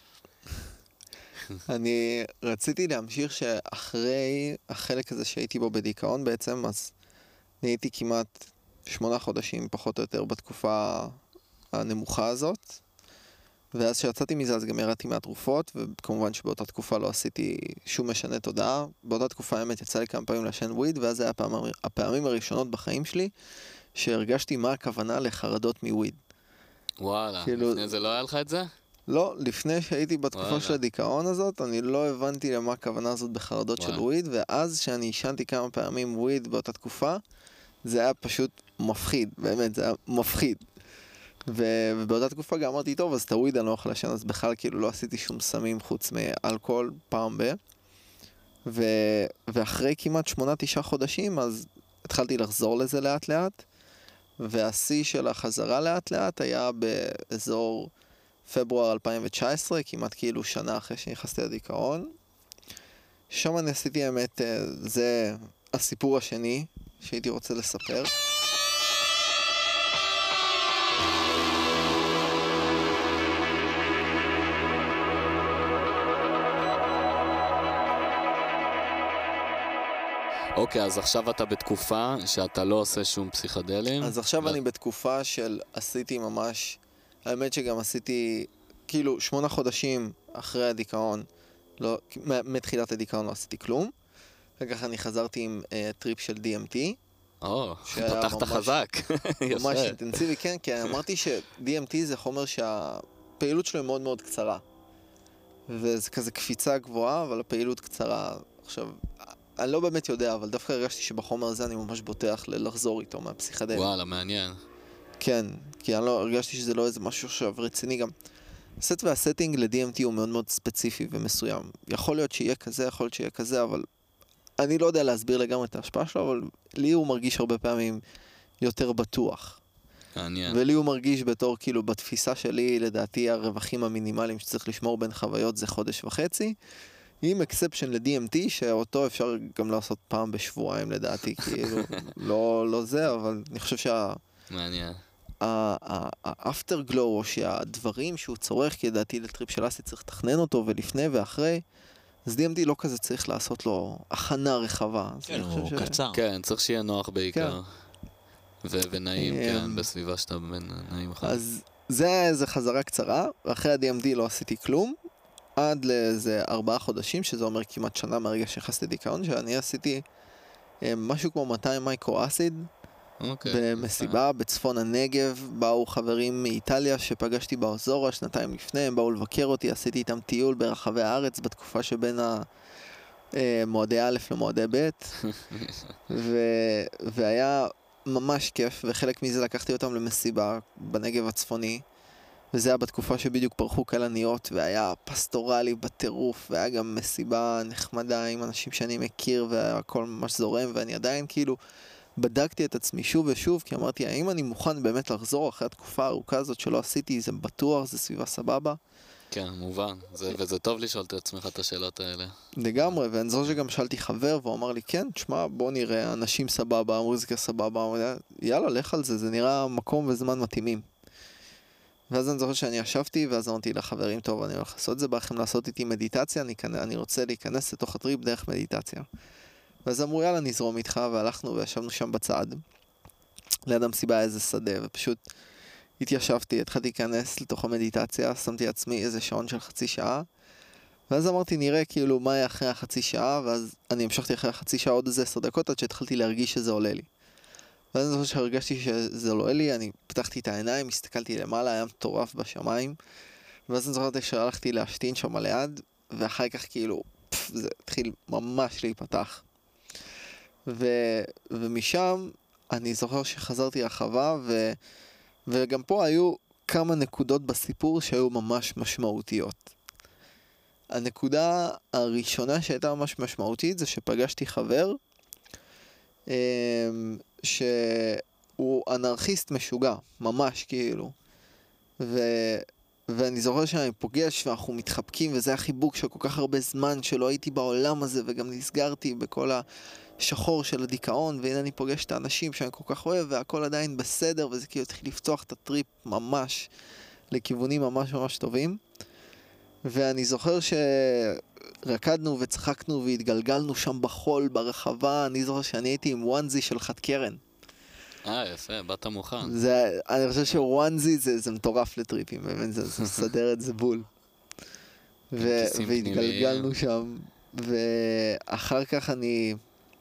אני רציתי להמשיך שאחרי החלק הזה שהייתי בו בדיכאון בעצם, אז נהייתי כמעט שמונה חודשים פחות או יותר בתקופה הנמוכה הזאת. ואז שיצאתי מזה אז גם ירדתי מהתרופות, וכמובן שבאותה תקופה לא עשיתי שום משנה תודעה. באותה תקופה האמת יצא לי כמה פעמים לעשן וויד, ואז זה היה הפעמים, הפעמים הראשונות בחיים שלי שהרגשתי מה הכוונה לחרדות מוויד. וואלה, כאילו, לפני זה לא היה לך את זה? לא, לפני שהייתי בתקופה וואלה. של הדיכאון הזאת, אני לא הבנתי למה הכוונה הזאת בחרדות וואלה. של וויד, ואז שאני עישנתי כמה פעמים וויד באותה תקופה, זה היה פשוט מפחיד, באמת, זה היה מפחיד. ו- ובאותה תקופה גם אמרתי, טוב, אז את הוויד אני לא יכול לשן, אז בכלל כאילו לא עשיתי שום סמים חוץ מאלכוהול פעם ב. ו- ואחרי כמעט שמונה, תשעה חודשים, אז התחלתי לחזור לזה לאט לאט, והשיא של החזרה לאט לאט היה באזור פברואר אלפיים תשע עשרה, כמעט כאילו שנה אחרי שנכנסתי לדיכאון. שם אני עשיתי האמת, זה הסיפור השני שהייתי רוצה לספר. אוקיי, אז עכשיו אתה בתקופה שאתה לא עושה שום פסיכדלים. אז עכשיו ו- אני בתקופה של עשיתי ממש, האמת שגם עשיתי כאילו שמונה חודשים אחרי הדיכאון, לא, מ- מתחילת הדיכאון לא עשיתי כלום. אחר כך אני חזרתי עם uh, טריפ של די אם טי, או, שהיה פתחת ממש- חזק. ממש יפה. אינטנסיבי, כן, כי אמרתי ש-די אם טי זה חומר שהפעילות שלו היא מאוד מאוד קצרה. וזה כזה קפיצה גבוהה, אבל הפעילות קצרה. עכשיו, אני לא באמת יודע, אבל דווקא הרגשתי שבחומר הזה אני ממש בוטח ללחזור איתו מהפסיכדלים. וואלה, מעניין. כן, כי אני לא, הרגשתי שזה לא איזה משהו עכשיו רציני גם. הסט והסטינג ל-די אם טי הוא מאוד מאוד ספציפי ומסוים. יכול להיות שיהיה כזה, יכול להיות שיהיה כזה, אבל אני לא יודע להסביר לגמרי את ההשפעה שלו, אבל לי הוא מרגיש הרבה פעמים יותר בטוח. מעניין. ולי הוא מרגיש בתור, כאילו, בתפיסה שלי, לדעתי הרווחים המינימליים שצריך לשמור בין חוויות זה חודש וחצי, עם אקספשן ל-די אם טי, שאותו אפשר גם לעשות פעם בשבועיים לדעתי, כאילו, לא, לא זה, אבל אני חושב שה... מעניין. האפטר גלו, או שהדברים שהוא צורך, כי לדעתי לטריפ של אסי צריך לתכנן אותו, ולפני ואחרי, אז די אם טי לא כזה צריך לעשות לו הכנה רחבה. אז כן, אני הוא חושב ש- קצר. כן, צריך שיהיה נוח בעיקר. ו- ונעים, אמ, כן, בסביבה שאתה בין נעים לך. אז זה איזה חזרה קצרה, ואחרי ה-די אם טי לא עשיתי כלום, עד לאיזה ארבעה חודשים, שזה אומר כמעט שנה מהרגע שנכנסתי לדיכאון, שאני עשיתי אה, משהו כמו מאתיים מייקרו אסיד, אוקיי. במסיבה בצפון הנגב. באו חברים מאיטליה שפגשתי באוזורה שנתיים לפני, הם באו לבקר אותי, עשיתי איתם טיול ברחבי הארץ בתקופה שבין המועדי א' למועדי ב', ו- והיה ממש כיף, וחלק מזה לקחתי אותם למסיבה בנגב הצפוני, וזה היה בתקופה שבדיוק פרחו כלניות, והיה פסטורלי בטירוף, והיה גם מסיבה נחמדה עם אנשים שאני מכיר, והכל ממש זורם, ואני עדיין כאילו בדקתי את עצמי שוב ושוב, כי אמרתי, האם אני מוכן באמת לחזור אחרי התקופה הארוכה הזאת שלא עשיתי, זה בטוח, זה סביבה סבבה. כן, מובן. זה- וזה טוב לשאול את עצמך את השאלות האלה. לגמרי, ואני זוכר שגם שאלתי חבר, והוא אמר לי, כן, תשמע, בוא נראה, אנשים סבבה, המוזיקה סבבה, אמרתי, יאללה, לך על זה, זה נראה מקום וזמן מתאימים. ואז אני זוכר שאני ישבתי, ואז אמרתי לחברים, טוב, אני הולך לעשות את זה, בא לכם לעשות איתי מדיטציה, אני, כנ- אני רוצה להיכנס לתוך הטריפ דרך מדיטציה. ואז אמרו, יאללה, נזרום איתך, והלכנו וישבנו שם בצד, ליד המסיבה איזה שדה, ופשוט התיישבתי, התחלתי להיכנס לתוך המדיטציה, שמתי לעצמי איזה שעון של חצי שעה, ואז אמרתי, נראה כאילו מה יהיה אחרי החצי שעה, ואז אני המשכתי אחרי החצי שעה עוד איזה עשר דקות, עד שהתחלתי להרגיש שזה עולה לי. ואז אני חושב שהרגשתי שזה עולה לי, אני פתחתי את העיניים, הסתכלתי למעלה, היה מטורף בשמיים, ואז אני זוכרתי שהלכתי להשתין שם ליד, ואחר כך כאילו, פף, זה התחיל ממש להיפתח. ו... ומשם אני זוכר שחזרתי לחווה, ו... וגם פה היו כמה נקודות בסיפור שהיו ממש משמעותיות. הנקודה הראשונה שהייתה ממש משמעותית זה שפגשתי חבר שהוא אנרכיסט משוגע, ממש כאילו. ו... ואני זוכר שאני פוגש ואנחנו מתחבקים, וזה החיבוק של כל כך הרבה זמן שלא הייתי בעולם הזה, וגם נסגרתי בכל השחור של הדיכאון, והנה אני פוגש את האנשים שאני כל כך אוהב, והכל עדיין בסדר, וזה כאילו התחיל לפתוח את הטריפ ממש לכיוונים ממש ממש טובים. ואני זוכר שרקדנו וצחקנו והתגלגלנו שם בחול ברחבה. אני זוכר שאני הייתי עם וואנזי של חד קרן. אה, יפה, באת מוכן. זה, אני חושב שוואנזי זה, זה מטורף לטריפים, באמת, זה, זה מסדר את זה בול. ו- כיסים והתגלגלנו שם, ואחר כך אני,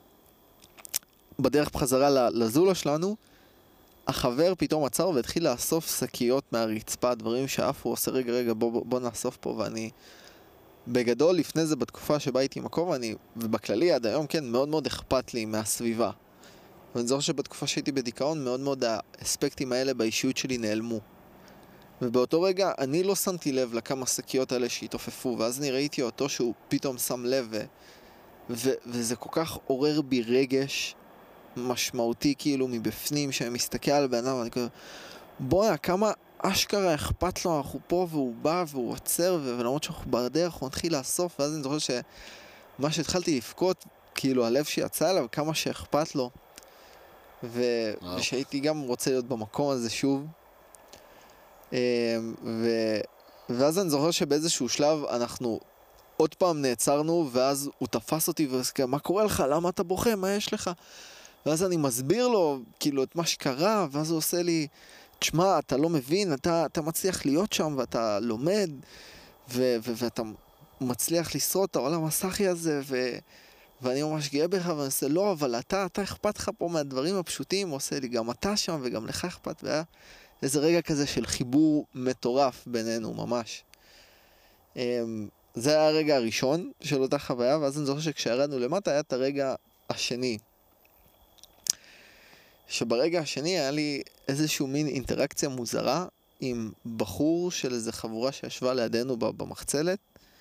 בדרך בחזרה ל- לזולה שלנו, החבר פתאום עצר והתחיל לאסוף שקיות מהרצפה, דברים שאף הוא עושה, רגע, רגע, בוא, בוא, בוא נאסוף פה, ואני, בגדול, לפני זה, בתקופה שבה הייתי עם הכובע, אני, ובכללי עד היום, כן, מאוד מאוד אכפת לי מהסביבה. ואני זוכר שבתקופה שהייתי בדיכאון, מאוד מאוד האספקטים האלה באישיות שלי נעלמו. ובאותו רגע, אני לא שמתי לב לכמה שקיות האלה שהתעופפו, ואז אני ראיתי אותו שהוא פתאום שם לב, ו- ו- וזה כל כך עורר בי רגש משמעותי, כאילו, מבפנים, שאני מסתכל על בן אדם, ואני כאילו, בוא'נה, כמה אשכרה אכפת לו, אנחנו פה, והוא בא, והוא עוצר, ו- ולמרות שאנחנו בדרך, הוא מתחיל לאסוף, ואז אני זוכר שמה שהתחלתי לפקוט, כאילו, הלב שיצא אליו, כמה שאכפת לו, ו- ושהייתי גם רוצה להיות במקום הזה שוב. ו... ואז אני זוכר שבאיזשהו שלב אנחנו עוד פעם נעצרנו, ואז הוא תפס אותי והסכה, מה קורה לך? למה אתה בוכה? מה יש לך? ואז אני מסביר לו כאילו את מה שקרה, ואז הוא עושה לי, תשמע, אתה לא מבין, אתה, אתה מצליח להיות שם ואתה לומד, ו... ו... ואתה מצליח לשרוד את העולם הסחי הזה, ו... ואני ממש גאה בך, ואני עושה, לא, אבל אתה, אתה אכפת לך פה מהדברים הפשוטים, הוא עושה לי, גם אתה שם וגם לך אכפת, והיה איזה רגע כזה של חיבור מטורף בינינו, ממש. זה היה הרגע הראשון של אותה חוויה, ואז אני זוכר שכשירדנו למטה היה את הרגע השני. שברגע השני היה לי איזשהו מין אינטראקציה מוזרה עם בחור של איזו חבורה שישבה לידינו במחצלת,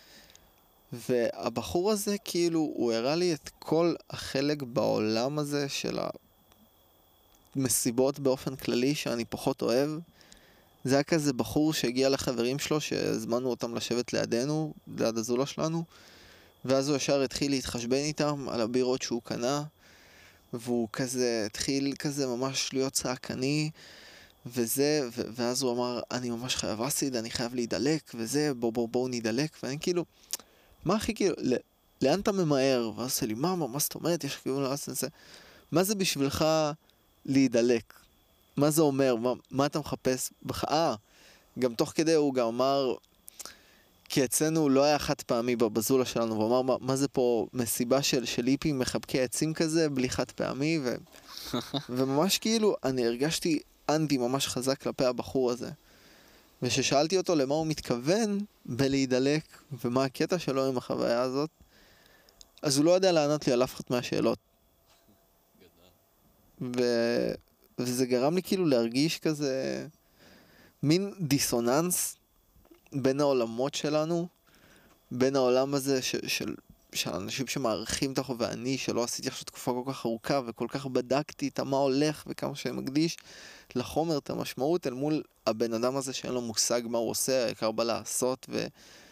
והבחור הזה כאילו הוא הראה לי את כל החלק בעולם הזה של המסיבות באופן כללי שאני פחות אוהב. זה היה כזה בחור שהגיע לחברים שלו שהזמנו אותם לשבת לידינו, ליד הזולה שלנו, ואז הוא ישר התחיל להתחשבן איתם על הבירות שהוא קנה, והוא כזה התחיל כזה ממש להיות צעקני וזה, ו- ואז הוא אמר, אני ממש חייב אסיד, אני חייב להידלק וזה, בוא בוא בוא נדלק, ואני כאילו, מה הכי כאילו, ל- לאן אתה ממהר? ואז עושה לי, מה, מה, מה זאת אומרת? יש כאילו לאסד זה, מה זה בשבילך להידלק? מה זה אומר? מה, מה אתה מחפש? בח... אה, גם תוך כדי הוא גם אמר, כי אצלנו לא היה חד פעמי בזולה שלנו, הוא אמר, מה, מה זה פה מסיבה של, של היפים מחבקי עצים כזה, בלי חד פעמי, ו... וממש כאילו, אני הרגשתי אנטי ממש חזק כלפי הבחור הזה. וששאלתי אותו למה הוא מתכוון בלהידלק, ומה הקטע שלו עם החוויה הזאת, אז הוא לא יודע לענות לי על אף אחת מהשאלות. ו... וזה גרם לי כאילו להרגיש כזה מין דיסוננס בין העולמות שלנו, בין העולם הזה ש... של... של אנשים שמערכים את החווה, ואני שלא עשיתי עכשיו תקופה כל כך ארוכה וכל כך בדקתי את מה הולך וכמה שאני מקדיש לחומר את המשמעות, אל מול הבן אדם הזה שאין לו מושג מה הוא עושה, העיקר בא לעשות ו...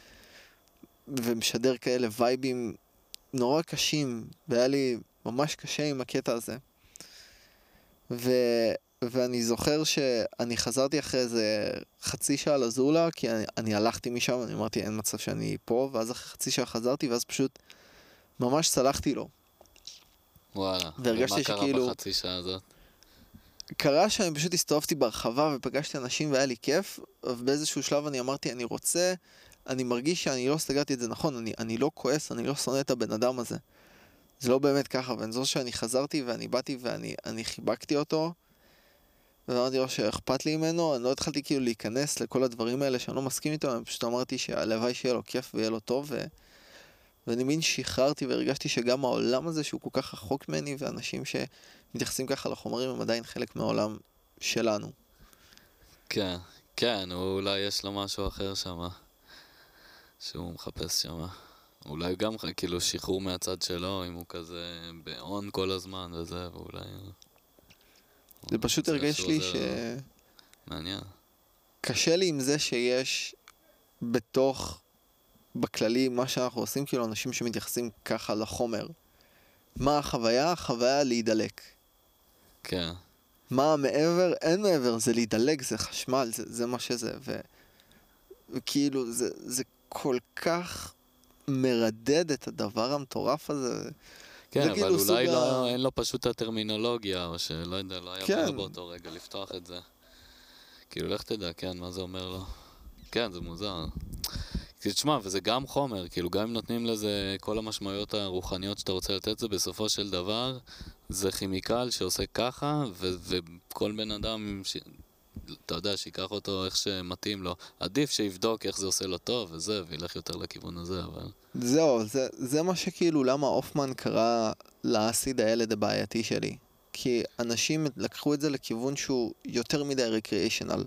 ומשדר כאלה וייבים נורא קשים, והיה לי ממש קשה עם הקטע הזה. ו... ואני זוכר שאני חזרתי אחרי איזה חצי שעה לזולה, כי אני, אני הלכתי משם, אני אמרתי אין מצב שאני פה, ואז אחרי חצי שעה חזרתי, ואז פשוט ממש סלחתי לו. וואלה, והרגשתי ומה קרה שכאילו... בחצי שעה הזאת? קרה שאני פשוט הסתובבתי ברחבה ופגשתי אנשים והיה לי כיף, ובאיזשהו שלב אני אמרתי אני רוצה, אני מרגיש שאני לא סגרתי את זה נכון, אני, אני לא כועס, אני לא שונא את הבן אדם הזה. זה לא באמת ככה, ואני זוכר שאני חזרתי ואני באתי ואני אני חיבקתי אותו, ואמרתי לו שאכפת לי ממנו, אני לא התחלתי כאילו להיכנס לכל הדברים האלה שאני לא מסכים איתו, אני פשוט אמרתי שהלוואי שיהיה לו כיף ויהיה לו טוב, ו... ואני מין שחררתי והרגשתי שגם העולם הזה שהוא כל כך רחוק ממני, ואנשים שמתייחסים ככה לחומרים הם עדיין חלק מהעולם שלנו. כן, כן, אולי יש לו משהו אחר שם, שהוא מחפש שם. אולי גם כאילו שחרור מהצד שלו, אם הוא כזה באון כל הזמן וזה, ואולי... זה פשוט הרגש לי ש... מעניין. קשה לי עם זה שיש בתוך, בכללי, מה שאנחנו עושים, כאילו אנשים שמתייחסים ככה לחומר. מה החוויה? החוויה להידלק. כן. מה מעבר? אין מעבר, זה להידלק, זה חשמל, זה, זה מה שזה. ו... וכאילו, זה, זה כל כך מרדד את הדבר המטורף הזה. כן, זה אבל כאילו סוג אולי ה- לא, אין לו פשוט את הטרמינולוגיה, או שלא יודע, לא היה כן. בעיה באותו רגע לפתוח את זה. כאילו, לך תדע, כן, מה זה אומר לו? כן, זה מוזר. כי תשמע, וזה גם חומר, כאילו, גם אם נותנים לזה כל המשמעויות הרוחניות שאתה רוצה לתת, זה בסופו של דבר, זה כימיקל שעושה ככה, ו- וכל בן אדם, ש... אתה יודע, שיקח אותו איך שמתאים לו. עדיף שיבדוק איך זה עושה לו טוב, וזה, וילך יותר לכיוון הזה, אבל... זהו, זה, זה מה שכאילו למה אופמן קרא לאסיד הילד הבעייתי שלי. כי אנשים לקחו את זה לכיוון שהוא יותר מדי ריקריאיישנל.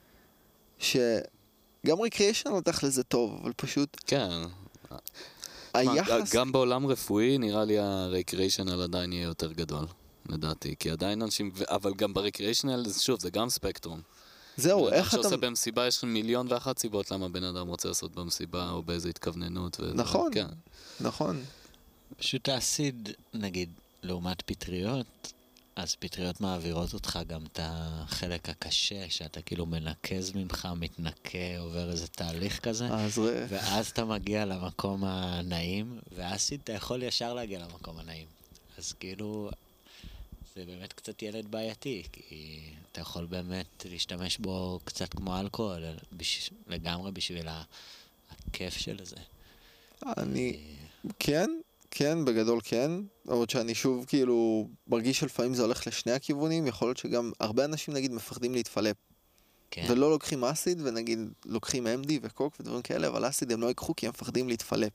שגם ריקריאיישנל תכל'ס זה טוב, אבל פשוט כן. היחס... גם בעולם רפואי נראה לי הרקריאיישנל עדיין יהיה יותר גדול, לדעתי. כי עדיין אנשים... אבל גם ברקריאיישנל, שוב, זה גם ספקטרום. זהו, איך אתה... אתה... שעושה במסיבה, יש מיליון ואחת סיבות למה בן אדם רוצה לעשות במסיבה, או באיזו התכווננות. וזה, נכון, כן. נכון. פשוט האסיד, נגיד, לעומת פטריות, אז פטריות מעבירות אותך גם את החלק הקשה, שאתה כאילו מנקז ממך, מתנקה, עובר איזה תהליך כזה, אז ר... ואז אתה מגיע למקום הנעים, והאסיד אתה יכול ישר להגיע למקום הנעים. אז כאילו, זה באמת קצת ילד בעייתי, כי אתה יכול באמת להשתמש בו קצת כמו אלכוהול, בש... לגמרי בשביל ה- הכיף של זה. אני... כן, כן, בגדול כן. עוד שאני שוב כאילו מרגיש שלפעמים זה הולך לשני הכיוונים. יכול להיות שגם הרבה אנשים נגיד מפחדים להתפלפ. כן. ולא לוקחים אסיד ונגיד לוקחים אם די וקוק ודברים כאלה, אבל אסיד הם לא ייקחו כי הם מפחדים להתפלפ.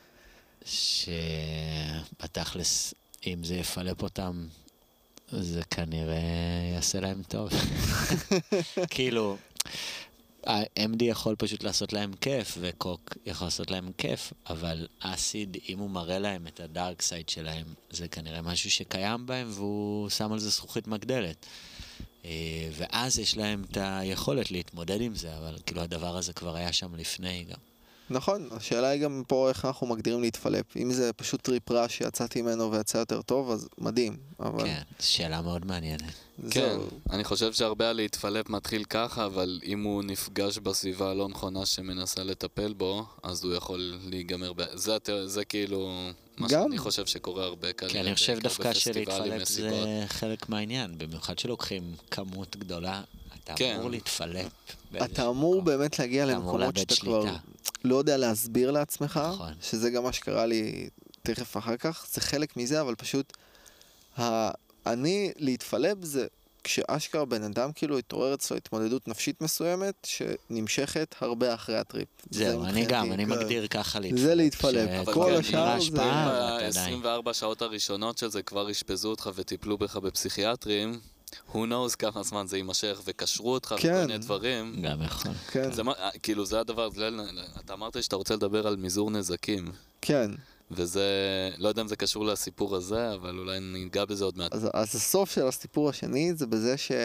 שבתכלס, אם זה יפלפ אותם, זה כנראה יעשה להם טוב. כאילו, ה-אם די יכול פשוט לעשות להם כיף, וקוק יכול לעשות להם כיף, אבל אסיד, אם הוא מראה להם את הדארק סייד שלהם, זה כנראה משהו שקיים בהם, והוא שם על זה זכוכית מגדלת. ואז יש להם את היכולת להתמודד עם זה, אבל כאילו הדבר הזה כבר היה שם לפני גם. נכון, השאלה היא גם פה איך אנחנו מגדירים להתפלפ. אם זה פשוט טריפ רע שיצאתי ממנו ויצא יותר טוב, אז מדהים. אבל... כן, שאלה מאוד מעניינת. כן, אני חושב שהרבה להתפלפ מתחיל ככה, אבל אם הוא נפגש בסביבה הלא נכונה שמנסה לטפל בו, אז הוא יכול להיגמר ב... זה, זה כאילו מה גם. שאני חושב שקורה הרבה כאלה. כן, אני חושב דווקא שלהתפלפ זה חלק מהעניין, במיוחד שלוקחים כמות גדולה, אתה כן. אמור להתפלפ. אתה אמור באמת להגיע למקומות שאתה כבר לא יודע להסביר לעצמך, נכון. שזה גם מה שקרה לי תכף אחר כך, זה חלק מזה, אבל פשוט ה... אני להתפלפ זה כשאשכרה בן אדם כאילו התעורר אצלו התמודדות נפשית מסוימת שנמשכת הרבה אחרי הטריפ. זהו, אני גם, אני מגדיר ככה להתפלפ. זה להתפלפ, כל השאר זה... ב-עשרים וארבע שעות הראשונות של זה כבר השפזו אותך וטיפלו בך בפסיכיאטרים, who knows כמה זמן זה יימשך וקשרו אותך וכל מיני דברים. גם יכול. כן. כאילו זה הדבר, אתה אמרת שאתה רוצה לדבר על מזעור נזקים. כן. וזה, לא יודע אם זה קשור לסיפור הזה, אבל אולי ניגע בזה עוד מעט. אז, אז הסוף של הסיפור השני זה בזה ש...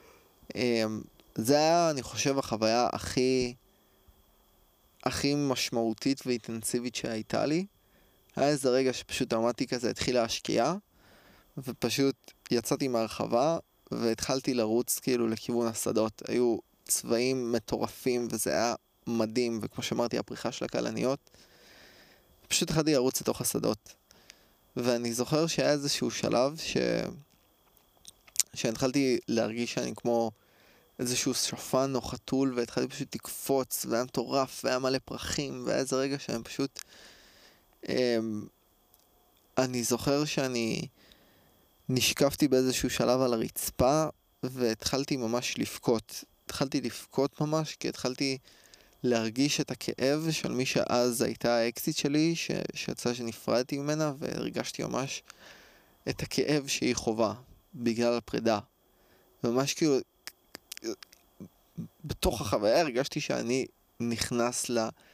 זה היה, אני חושב, החוויה הכי, הכי משמעותית ואינטנסיבית שהייתה לי. היה איזה רגע שפשוט עמדתי כזה, התחילה השקיעה, ופשוט יצאתי מהרחבה, והתחלתי לרוץ כאילו לכיוון השדות. היו צבעים מטורפים, וזה היה מדהים, וכמו שאמרתי, הפריחה של הכלניות, פשוט התחלתי לרוץ לתוך השדות. ואני זוכר שהיה איזשהו שלב ש... שהתחלתי להרגיש שאני כמו איזשהו שופן או חתול, והתחלתי פשוט לקפוץ, והיה מטורף, והיה מלא פרחים, והיה איזה רגע שאני פשוט... אמ... אני זוכר שאני נשקפתי באיזשהו שלב על הרצפה, והתחלתי ממש לבכות. התחלתי לבכות ממש, כי התחלתי להרגיש את הכאב של מי שאז הייתה האקסיט שלי, ש... שיצא שנפרדתי ממנה, והרגשתי ממש את הכאב שהיא חובה, בגלל הפרידה. ממש כאילו, בתוך החוויה הרגשתי שאני נכנס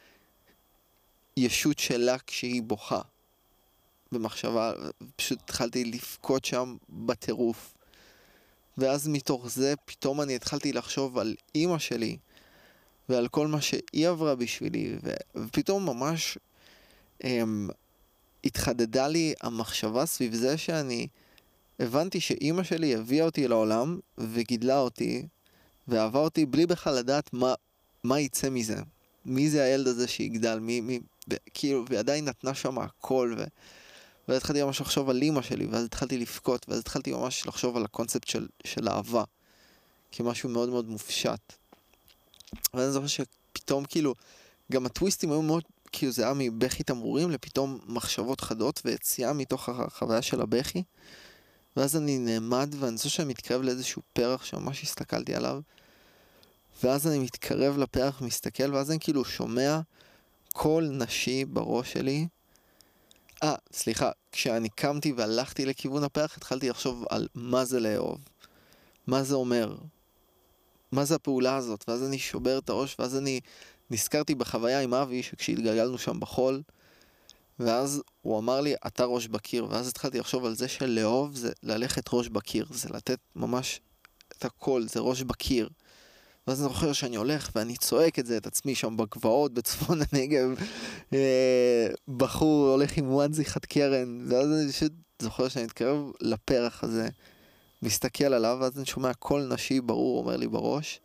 לישות שלה כשהיא בוכה. במחשבה, פשוט התחלתי לבכות שם בטירוף. ואז מתוך זה פתאום אני התחלתי לחשוב על אמא שלי, ועל כל מה שהיא עברה בשבילי, ו... ופתאום ממש הם, התחדדה לי המחשבה סביב זה שאני הבנתי שאמא שלי הביאה אותי לעולם, וגידלה אותי, ואהבה אותי בלי בכלל לדעת מה, מה יצא מזה. מי זה הילד הזה שיגדל, מי, מי, כאילו, ועדיין נתנה שם הכל, ו... ואז התחלתי ממש לחשוב על אמא שלי, ואז התחלתי לבכות, ואז התחלתי ממש לחשוב על הקונספט של, של אהבה, כמשהו מאוד מאוד מופשט. ואז אני זוכר שפתאום כאילו, גם הטוויסטים היו מאוד, כאילו זה היה מבכי תמרורים לפתאום מחשבות חדות ויציאה מתוך החוויה של הבכי. ואז אני נעמד ואני זוכר שאני מתקרב לאיזשהו פרח שממש הסתכלתי עליו. ואז אני מתקרב לפרח, מסתכל, ואז אני כאילו שומע קול נשי בראש שלי. אה, סליחה, כשאני קמתי והלכתי לכיוון הפרח, התחלתי לחשוב על מה זה לאהוב. מה זה אומר? מה זה הפעולה הזאת? ואז אני שובר את הראש, ואז אני נזכרתי בחוויה עם אבי, שכשהתגלגלנו שם בחול, ואז הוא אמר לי, אתה ראש בקיר, ואז התחלתי לחשוב על זה שלאהוב זה ללכת ראש בקיר, זה לתת ממש את הכל, זה ראש בקיר. ואז אני זוכר שאני הולך ואני צועק את זה, את עצמי שם בגבעות, בצפון הנגב, אה, בחור הולך עם וואנזי חד קרן, ואז אני פשוט זוכר שאני מתקרב לפרח הזה, מסתכל עליו, ואז אני שומע קול נשי ברור אומר לי בראש,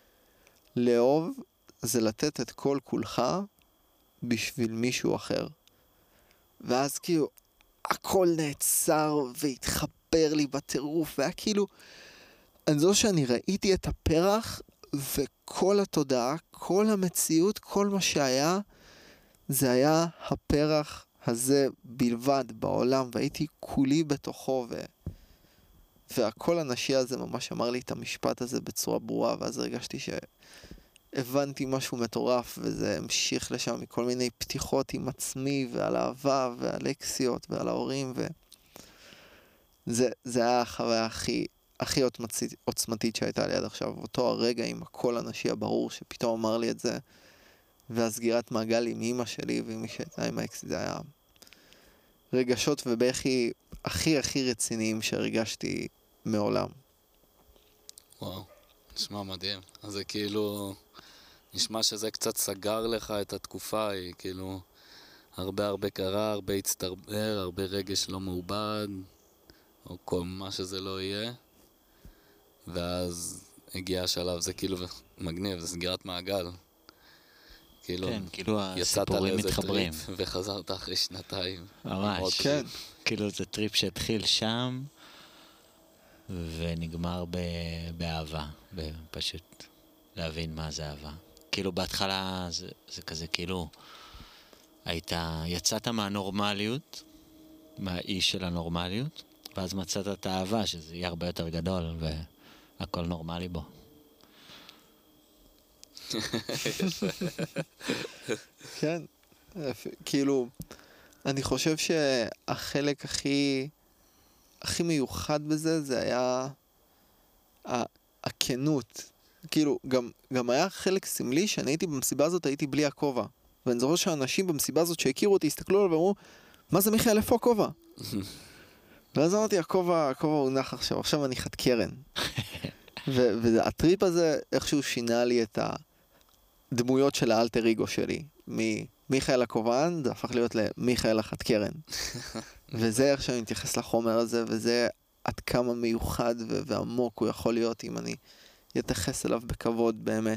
לאהוב זה לתת את כל כולך בשביל מישהו אחר. ואז כאילו הכל נעצר והתחבר לי בטירוף, והיה כאילו, אני זו שאני ראיתי את הפרח, וכל התודעה, כל המציאות, כל מה שהיה, זה היה הפרח הזה בלבד בעולם, והייתי כולי בתוכו, ו... והכל הנשי הזה ממש אמר לי את המשפט הזה בצורה ברורה, ואז הרגשתי שהבנתי משהו מטורף, וזה המשיך לשם מכל מיני פתיחות עם עצמי, ועל אהבה, ועל אקסיות, ועל ההורים, וזה זה היה החוויה הכי... הכי עוצמצית, עוצמתית שהייתה לי עד עכשיו, אותו הרגע עם הקול הנשי הברור שפתאום אמר לי את זה, והסגירת מעגל עם אמא שלי ועם מי שהייתה עם האקס, זה היה רגשות ובכי הכי הכי רציניים שהרגשתי מעולם. וואו, נשמע מדהים. אז זה כאילו, נשמע שזה קצת סגר לך את התקופה, היא כאילו הרבה הרבה קרה, הרבה הצטרבר, הרבה רגש לא מעובד, או כל מה שזה לא יהיה. ואז הגיע השלב, זה כאילו מגניב, זה סגירת מעגל. כאילו, כן, כאילו יצאת הסיפורים לאיזה מתחברים. טריפ וחזרת אחרי שנתיים. ממש. כן. כאילו זה טריפ שהתחיל שם, ונגמר ב... באהבה, פשוט להבין מה זה אהבה. כאילו בהתחלה זה, זה כזה כאילו, הייתה, יצאת מהנורמליות, מהאיש של הנורמליות, ואז מצאת את האהבה, שזה יהיה הרבה יותר גדול, והכל נורמלי בו. כן, כאילו, אני חושב שהחלק הכי, הכי מיוחד בזה, זה היה הכנות. כאילו, גם, גם היה חלק סמלי שאני הייתי במסיבה הזאת, הייתי בלי הכובע. ואני זוכר שאנשים במסיבה הזאת שהכירו אותי, הסתכלו עליו ואמרו, מה זה מיכאל, איפה הכובע? ואז אמרתי, הכובע, הכובע הוא נח עכשיו, עכשיו אני חד קרן. ו- והטריפ הזה איכשהו שינה לי את הדמויות של האלטר איגו שלי. ממיכאל הכובען, זה הפך להיות למיכאל החד קרן. וזה איך שאני מתייחס לחומר הזה, וזה עד כמה מיוחד ו- ועמוק הוא יכול להיות אם אני יתייחס אליו בכבוד באמת.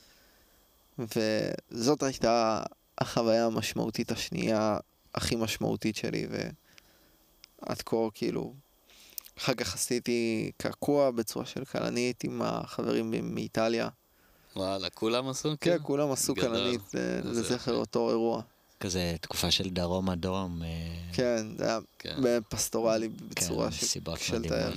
וזאת הייתה החוויה המשמעותית השנייה, הכי משמעותית שלי, ועד כה כאילו, אחר כך עשיתי קעקוע בצורה של קלנית עם החברים מאיטליה. וואלה, כולם עשו? כן, כולם עשו קלנית לזכר אותו אירוע. כזה תקופה של דרום אדום. כן, זה היה פסטורלי בצורה של תאר.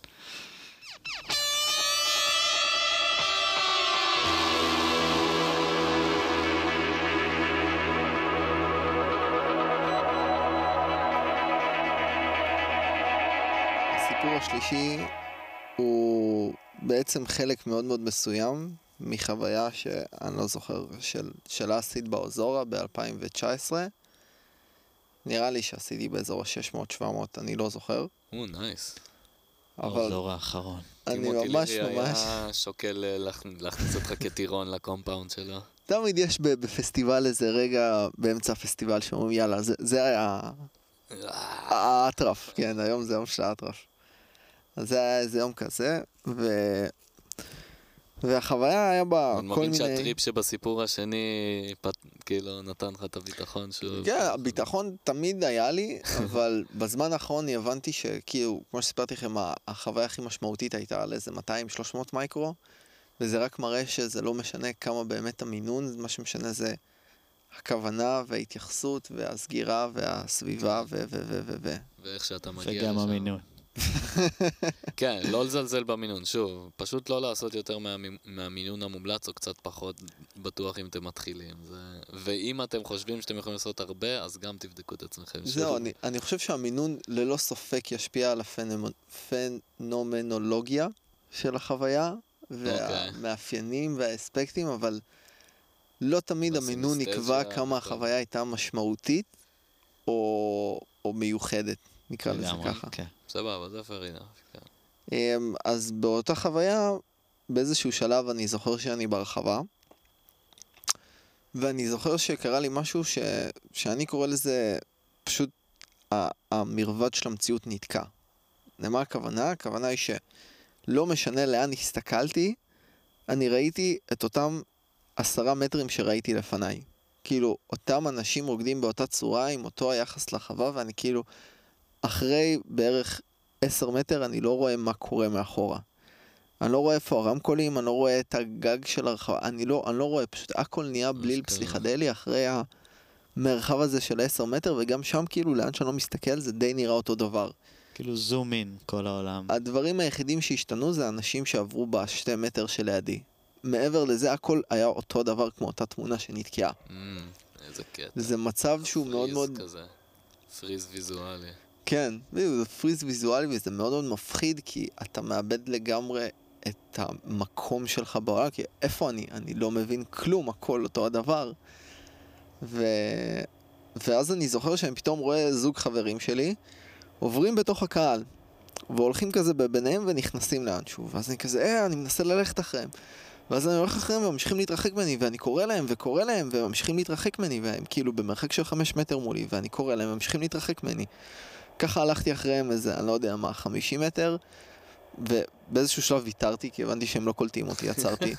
הסיפור השלישי הוא בעצם חלק מאוד מאוד מסוים מחוויה שאני לא זוכר של, של עשית באוזורה ב-אלפיים תשע עשרה. נראה לי שעשיתי באזור ה-שש מאות שבע מאות, אני לא זוכר. או, נייס. באזור האחרון. אני ממש ממש... היה שוקל להכניס אותך כטירון לקומפאונד שלו. תמיד יש בפסטיבל איזה רגע באמצע הפסטיבל שאומרים יאללה, זה, זה היה האטרף, כן, היום זה יום של האטרף. אז זה היה איזה יום כזה, והחוויה היה בה אני כל מבין מיני... שהטריפ שבסיפור השני, פת- כאילו, נתן לך את הביטחון שוב. כן, הביטחון תמיד היה לי, אבל בזמן האחרון אני הבנתי שכאילו, כמו שסיפרתי לכם, החוויה הכי משמעותית הייתה על איזה מאתיים שלוש מאות מייקרו, וזה רק מראה שזה לא משנה כמה באמת המינון, מה שמשנה זה הכוונה וההתייחסות והסגירה והסביבה ו... ו... ו... ו... ו... ואיך שאתה מגיע וגם לשם. המינון. כן, לא לזלזל במינון, שוב, פשוט לא לעשות יותר מהמי- מהמינון המומלץ, או קצת פחות בטוח אם אתם מתחילים. זה... ואם אתם חושבים שאתם יכולים לעשות הרבה, אז גם תבדקו את עצמכם. זהו, שוב. אני, אני חושב שהמינון ללא ספק ישפיע על הפנומנולוגיה של החוויה, והמאפיינים והאספקטים, אבל לא תמיד המינון יקבע בסינסטזיה, כמה טוב. החוויה הייתה משמעותית או, או מיוחדת, נקרא לזה לגמרי, ככה. כן. סבבה, זה fair enough, כן. אמ, אז באותה חוויה, באיזשהו שלב אני זוכר שאני ברחבה, ואני זוכר שקרה לי משהו ש... שאני קורא לזה פשוט ה- המרבד של המציאות נתקע. למה הכוונה? הכוונה היא שלא משנה לאן הסתכלתי, אני ראיתי את אותם עשרה מטרים שראיתי לפניי. כאילו, אותם אנשים רוקדים באותה צורה עם אותו היחס לחווה, ואני כאילו, אחרי בערך עשר מטר אני לא רואה מה קורה מאחורה. אני לא רואה איפה הרמקולים, אני לא רואה את הגג של הרחבה, אני לא, אני לא רואה, פשוט הכל נהיה בליל אשכרה. פסיכדלי אחרי המרחב הזה של עשר מטר, וגם שם כאילו לאן שאני לא מסתכל זה די נראה אותו דבר. כאילו זום אין כל העולם. הדברים היחידים שהשתנו זה אנשים שעברו בשתי מטר שלידי. מעבר לזה הכל היה אותו דבר כמו אותה תמונה שנתקעה. Mm, איזה קטע. זה מצב שהוא מאוד פריז מאוד... כזה. פריז ויזואלי. כן, זה פריז ויזואלי וזה מאוד מאוד מפחיד כי אתה מאבד לגמרי את המקום שלך בעולם, כי איפה אני? אני לא מבין כלום, הכל אותו הדבר. ו... ואז אני זוכר שאני פתאום רואה זוג חברים שלי עוברים בתוך הקהל והולכים כזה ביניהם ונכנסים לאנשהו, ואז אני כזה, אה, אני מנסה ללכת אחריהם. ואז אני הולך אחריהם וממשיכים להתרחק ממני, ואני קורא להם וקורא להם וממשיכים להתרחק ממני, והם כאילו במרחק של חמש מטר מולי, ואני קורא להם וממשיכים להתרחק ממני. ככה הלכתי אחריהם איזה, אני לא יודע מה, חמישים מטר, ובאיזשהו שלב ויתרתי, כי הבנתי שהם לא קולטים אותי, עצרתי.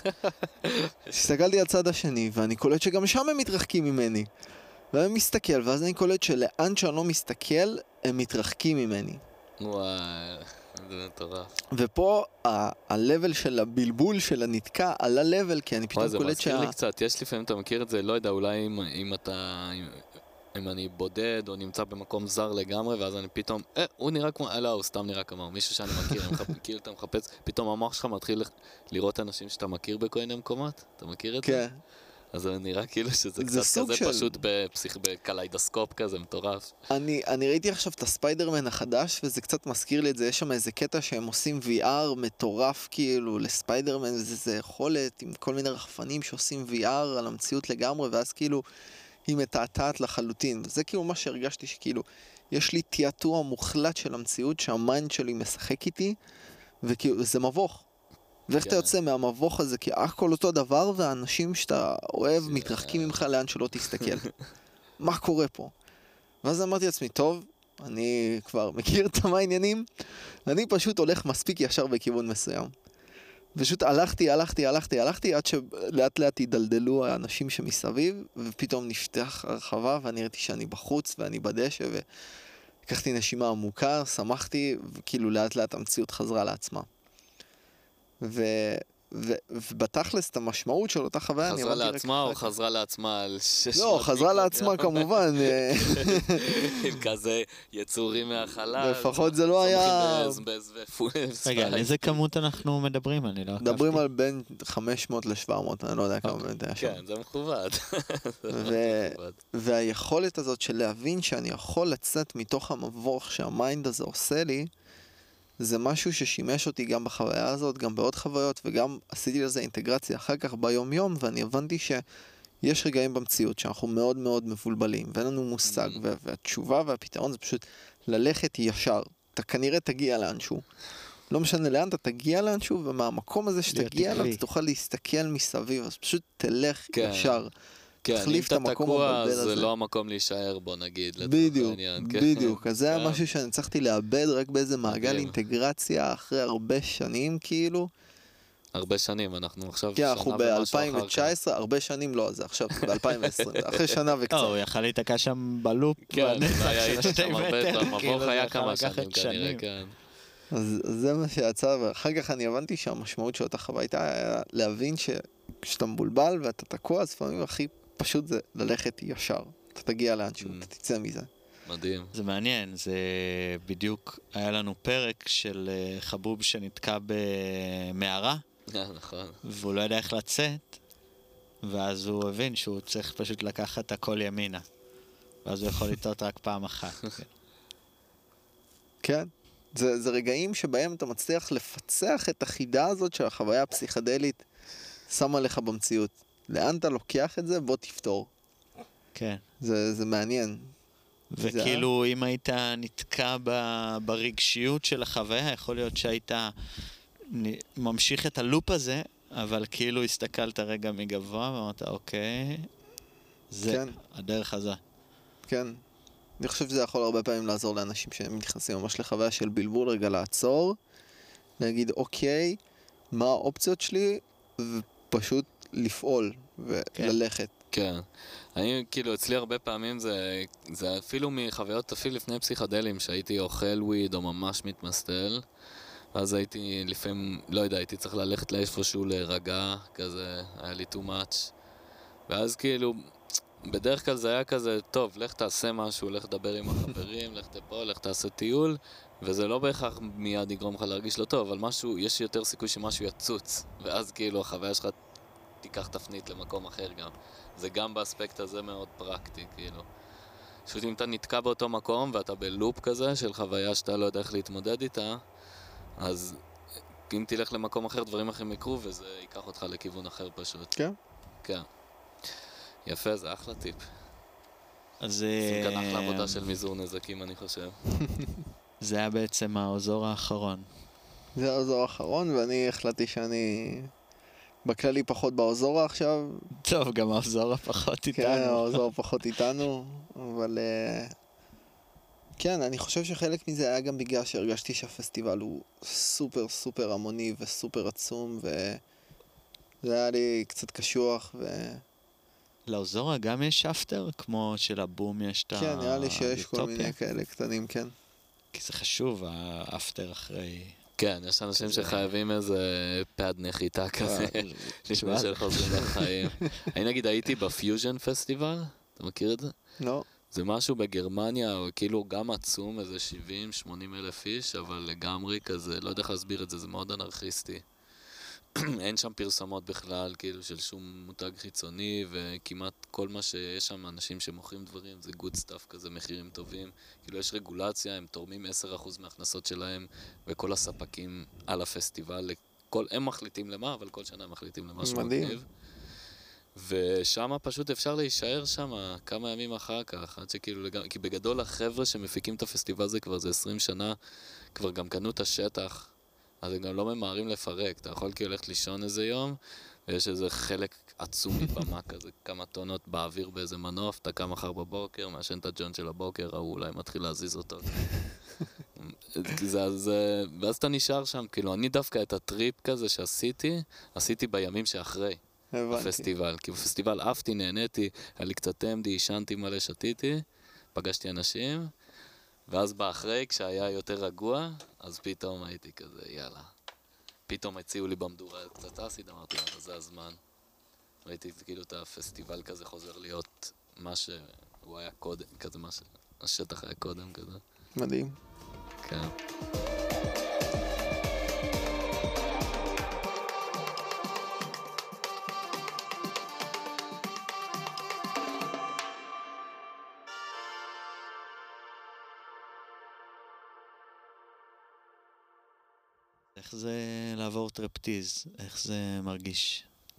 הסתכלתי על צד השני, ואני קולט שגם שם הם מתרחקים ממני. ואני מסתכל, ואז אני קולט שלאן שאני לא מסתכל, הם מתרחקים ממני. וואי, זה מטורף. ופה ה-level של הבלבול של הנתקע עלה level, כי אני וואי, פתאום זה קולט מזכיר שה... לי קצת, יש לפעמים, אתה מכיר את זה, לא יודע, אולי אם, אם אתה, אם, אם אני בודד או נמצא במקום זר לגמרי, ואז אני פתאום, אה, הוא נראה כמו, אה, לא, הוא סתם נראה כמו, מישהו שאני מכיר, אני מחפ, כאילו אתה מחפש, פתאום המוח שלך מתחיל לראות אנשים שאתה מכיר בכל מיני מקומות, אתה מכיר את זה? כן. אז זה נראה כאילו שזה זה קצת סוג כזה של- פשוט בפסיכ... בקליידוסקופ כזה, מטורף. אני, אני ראיתי עכשיו את הספיידרמן החדש, וזה קצת מזכיר לי את זה, יש שם איזה קטע שהם עושים וי אר מטורף כאילו לספיידרמן, וזה זה יכולת עם כל מיני רחפנים שעושים וי אר על המציאות לגמרי, ואז כאילו היא מתעתעת לחלוטין. וזה כאילו מה שהרגשתי שכאילו, יש לי תיאטוע מוחלט של המציאות שהמיינד שלי משחק איתי, וכאילו זה מבוך. ואיך כן. אתה יוצא מהמבוך הזה, כי הכל אותו דבר, והאנשים שאתה אוהב מתרחקים ממך לאן שלא תסתכל. מה קורה פה? ואז אמרתי לעצמי, טוב, אני כבר מכיר את העניינים, אני פשוט הולך מספיק ישר בכיוון מסוים. פשוט הלכתי, הלכתי, הלכתי, הלכתי, עד שלאט לאט הידלדלו האנשים שמסביב, ופתאום נפתח הרחבה, ואני ראיתי שאני בחוץ, ואני בדשא, ולקחתי נשימה עמוקה, שמחתי, וכאילו לאט לאט המציאות חזרה לעצמה. ו... ו... ובתכלס את המשמעות של אותה חוויה אני חזרה הבנתי רק לעצמה או אחר כך. חזרה לעצמה על שש לא, מאות חזרה מיקרו- לעצמה כמובן. עם כזה יצורים מהחלל. לפחות זה לא היה- צומחים בז- בז- רגע, על איזה כמות אנחנו מדברים? אני לא עקבתי. מדברים על בין חמש מאות ל-שבע מאות, אני לא יודע כמה באמת היה שם. כן, זה מכובד. זה מאוד ו- מכובד. והיכולת הזאת של להבין שאני יכול לצאת מתוך המבוך שהמיינד הזה עושה לי, זה משהו ששימש אותי גם בחוויה הזאת, גם בעוד חוויות, וגם עשיתי לזה אינטגרציה אחר כך ביום יום, ואני הבנתי שיש רגעים במציאות שאנחנו מאוד מאוד מבולבלים, ואין לנו מושג, Mm. וה- והתשובה והפתרון זה פשוט ללכת ישר. אתה כנראה תגיע לאנשהו. לא משנה לאן, אתה תגיע לאנשהו, ומהמקום הזה שתגיע עקבי. אליו, אתה תוכל להסתכל מסביב, אז פשוט תלך כן. ישר. כן, אם תחליף את אתה המקום תקוע, המבלבל זה הזה. לא המקום להישאר בו, נגיד. לצורך בדיוק, העניין, כן. בדיוק. אז זה היה כן. משהו שאני הצלחתי לאבד רק באיזה מעגל מדהים. אינטגרציה אחרי הרבה שנים, כאילו. הרבה שנים, אנחנו עכשיו כן, שנה אנחנו ומשהו אחר ב-אלפיים תשע עשרה, הרבה שנים לא, זה עכשיו ב-אלפיים ועשרים, אחרי שנה לא, וקצת. הוא יכל להיתקע שם בלופ, כן, בנצח אולי של היית השתי שם הרבה מטר, זמן, כאילו מבוך זה היה יכול כמה לקחת שנים כנראה, שנים. כן. אז אז זה מה שיצא, ואחר כך אני הבנתי שהמשמעות של אותה חוויה הייתה היה להבין שכשאתה מבולבל ואתה תקוע, אז לפעמים הכי פשוט זה ללכת ישר. אתה תגיע לאנשהו, Mm. אתה תצא מזה. מדהים. זה מעניין, זה בדיוק, היה לנו פרק של אה, חבוב שנתקע במערה, אה, נכון. והוא לא ידע איך לצאת, ואז הוא הבין שהוא צריך פשוט לקחת הכל ימינה. ואז הוא יכול לטעות רק פעם אחת. כן. זה, זה רגעים שבהם אתה מצליח לפצח את החידה הזאת של החוויה הפסיכדלית שמה לך במציאות. לאן אתה לוקח את זה? בוא תפתור. כן. זה, זה מעניין. וכאילו אם היית נתקע ב- ברגשיות של החוויה, יכול להיות שהיית נ- ממשיך את הלופ הזה, אבל כאילו הסתכלת רגע מגבוה ואמרת, אוקיי, זה כן. הדרך הזה. כן. אני חושב שזה יכול הרבה פעמים לעזור לאנשים שהם נכנסים ממש לחוויה של בלבול, רגע לעצור, להגיד אוקיי, מה האופציות שלי, ופשוט לפעול וללכת. כן. אני, כאילו, אצלי הרבה פעמים זה, זה אפילו מחוויות, אפילו לפני פסיכדלים, שהייתי אוכל וויד או ממש מתמסטל, ואז הייתי לפעמים, לא יודע, הייתי צריך ללכת לאיפשהו להירגע, כזה, היה לי too much. ואז כאילו, בדרך כלל זה היה כזה, טוב, לך תעשה משהו, לך לדבר עם החברים, לך תפה, לך תעשה טיול, וזה לא בהכרח מיד יגרום לך להרגיש לא טוב, אבל משהו, יש יותר סיכוי שמשהו יצוץ, ואז כאילו החוויה שלך תיקח תפנית למקום אחר גם. זה גם באספקט הזה מאוד פרקטי, כאילו. פשוט אם אתה נתקע באותו מקום ואתה בלופ כזה של חוויה שאתה לא יודע איך להתמודד איתה, אז אם תלך למקום אחר, דברים אחרים יקרו, וזה ייקח אותך לכיוון אחר פשוט. כן. כן. יפה, זה אחלה טיפ. אז עושים כאן אחלה אה, עבודה של מזעור נזקים, אני חושב. זה היה בעצם האזור האחרון. זה האזור האחרון, ואני החלטתי שאני בכללי פחות באזור עכשיו. טוב, גם האזור הפחות איתנו. כן, האזור פחות איתנו, אבל uh, כן, אני חושב שחלק מזה היה גם בגלל שהרגשתי שהפסטיבל הוא סופר סופר המוני וסופר עצום, וזה היה לי קצת קשוח, ו... לאזור גם יש אפטר, כמו של הבום יש את כן, נראה לי שיש כל הליטופיה? מיני כאלה קטנים, כן. כי זה חשוב, האפטר אחרי... כן, יש אנשים כזה. שחייבים איזה פד נחיתה כזה, אה, לפני נשמע. שחוזרים לחיים. אני נגיד הייתי בפיוז'ן פסטיבל, אתה מכיר את זה? לא, זה משהו בגרמניה, כאילו גם עצום, איזה שבעים שמונים אלף איש, אבל לגמרי כזה, לא יודע איך להסביר את זה, זה מאוד אנרכיסטי. אין שם פרסומות בכלל, כאילו של שום מותג חיצוני, וכמעט כל מה שיש שם, אנשים שמוכרים דברים, זה good stuff כזה, מחירים טובים. כאילו יש רגולציה, הם תורמים עשרה אחוז מההכנסות שלהם, וכל הספקים על הפסטיבל, כל, הם מחליטים למה, אבל כל שנה הם מחליטים למשהו מדהים. מגניב. ושם פשוט אפשר להישאר שם כמה ימים אחר כך, עד שכאילו, לגמרי, כי בגדול החבר'ה שמפיקים את הפסטיבל הזה כבר זה עשרים שנה, כבר גם קנו את השטח, אז הם גם לא ממהרים לפרק, אתה יכול כאילו ללכת לישון איזה יום, ויש איזה חלק עצום מבמה כזה, כמה טונות באוויר באיזה מנוף, אתה קם מחר בבוקר, מעשן את הג'ון של הבוקר, הוא אולי מתחיל להזיז אותו. זה, זה, ואז אתה נשאר שם, כאילו אני דווקא את הטריפ כזה שעשיתי, עשיתי בימים שאחרי. הבנתי. בפסטיבל, כי בפסטיבל עפתי, נהניתי, היה לי קצת תמדי, עישנתי מלא, שתיתי, פגשתי אנשים, ואז באחרי, כשהיה יותר רגוע, אז פתאום הייתי כזה, יאללה. פתאום הציעו לי במדורה קצת אסיד, אמרתי, יאללה, זה הזמן. ראיתי כאילו את הפסטיבל כזה חוזר להיות מה שהוא היה קודם, כזה מה שהשטח היה קודם כזה. מדהים. כן. איך זה לעבור טרפטיז? איך זה מרגיש?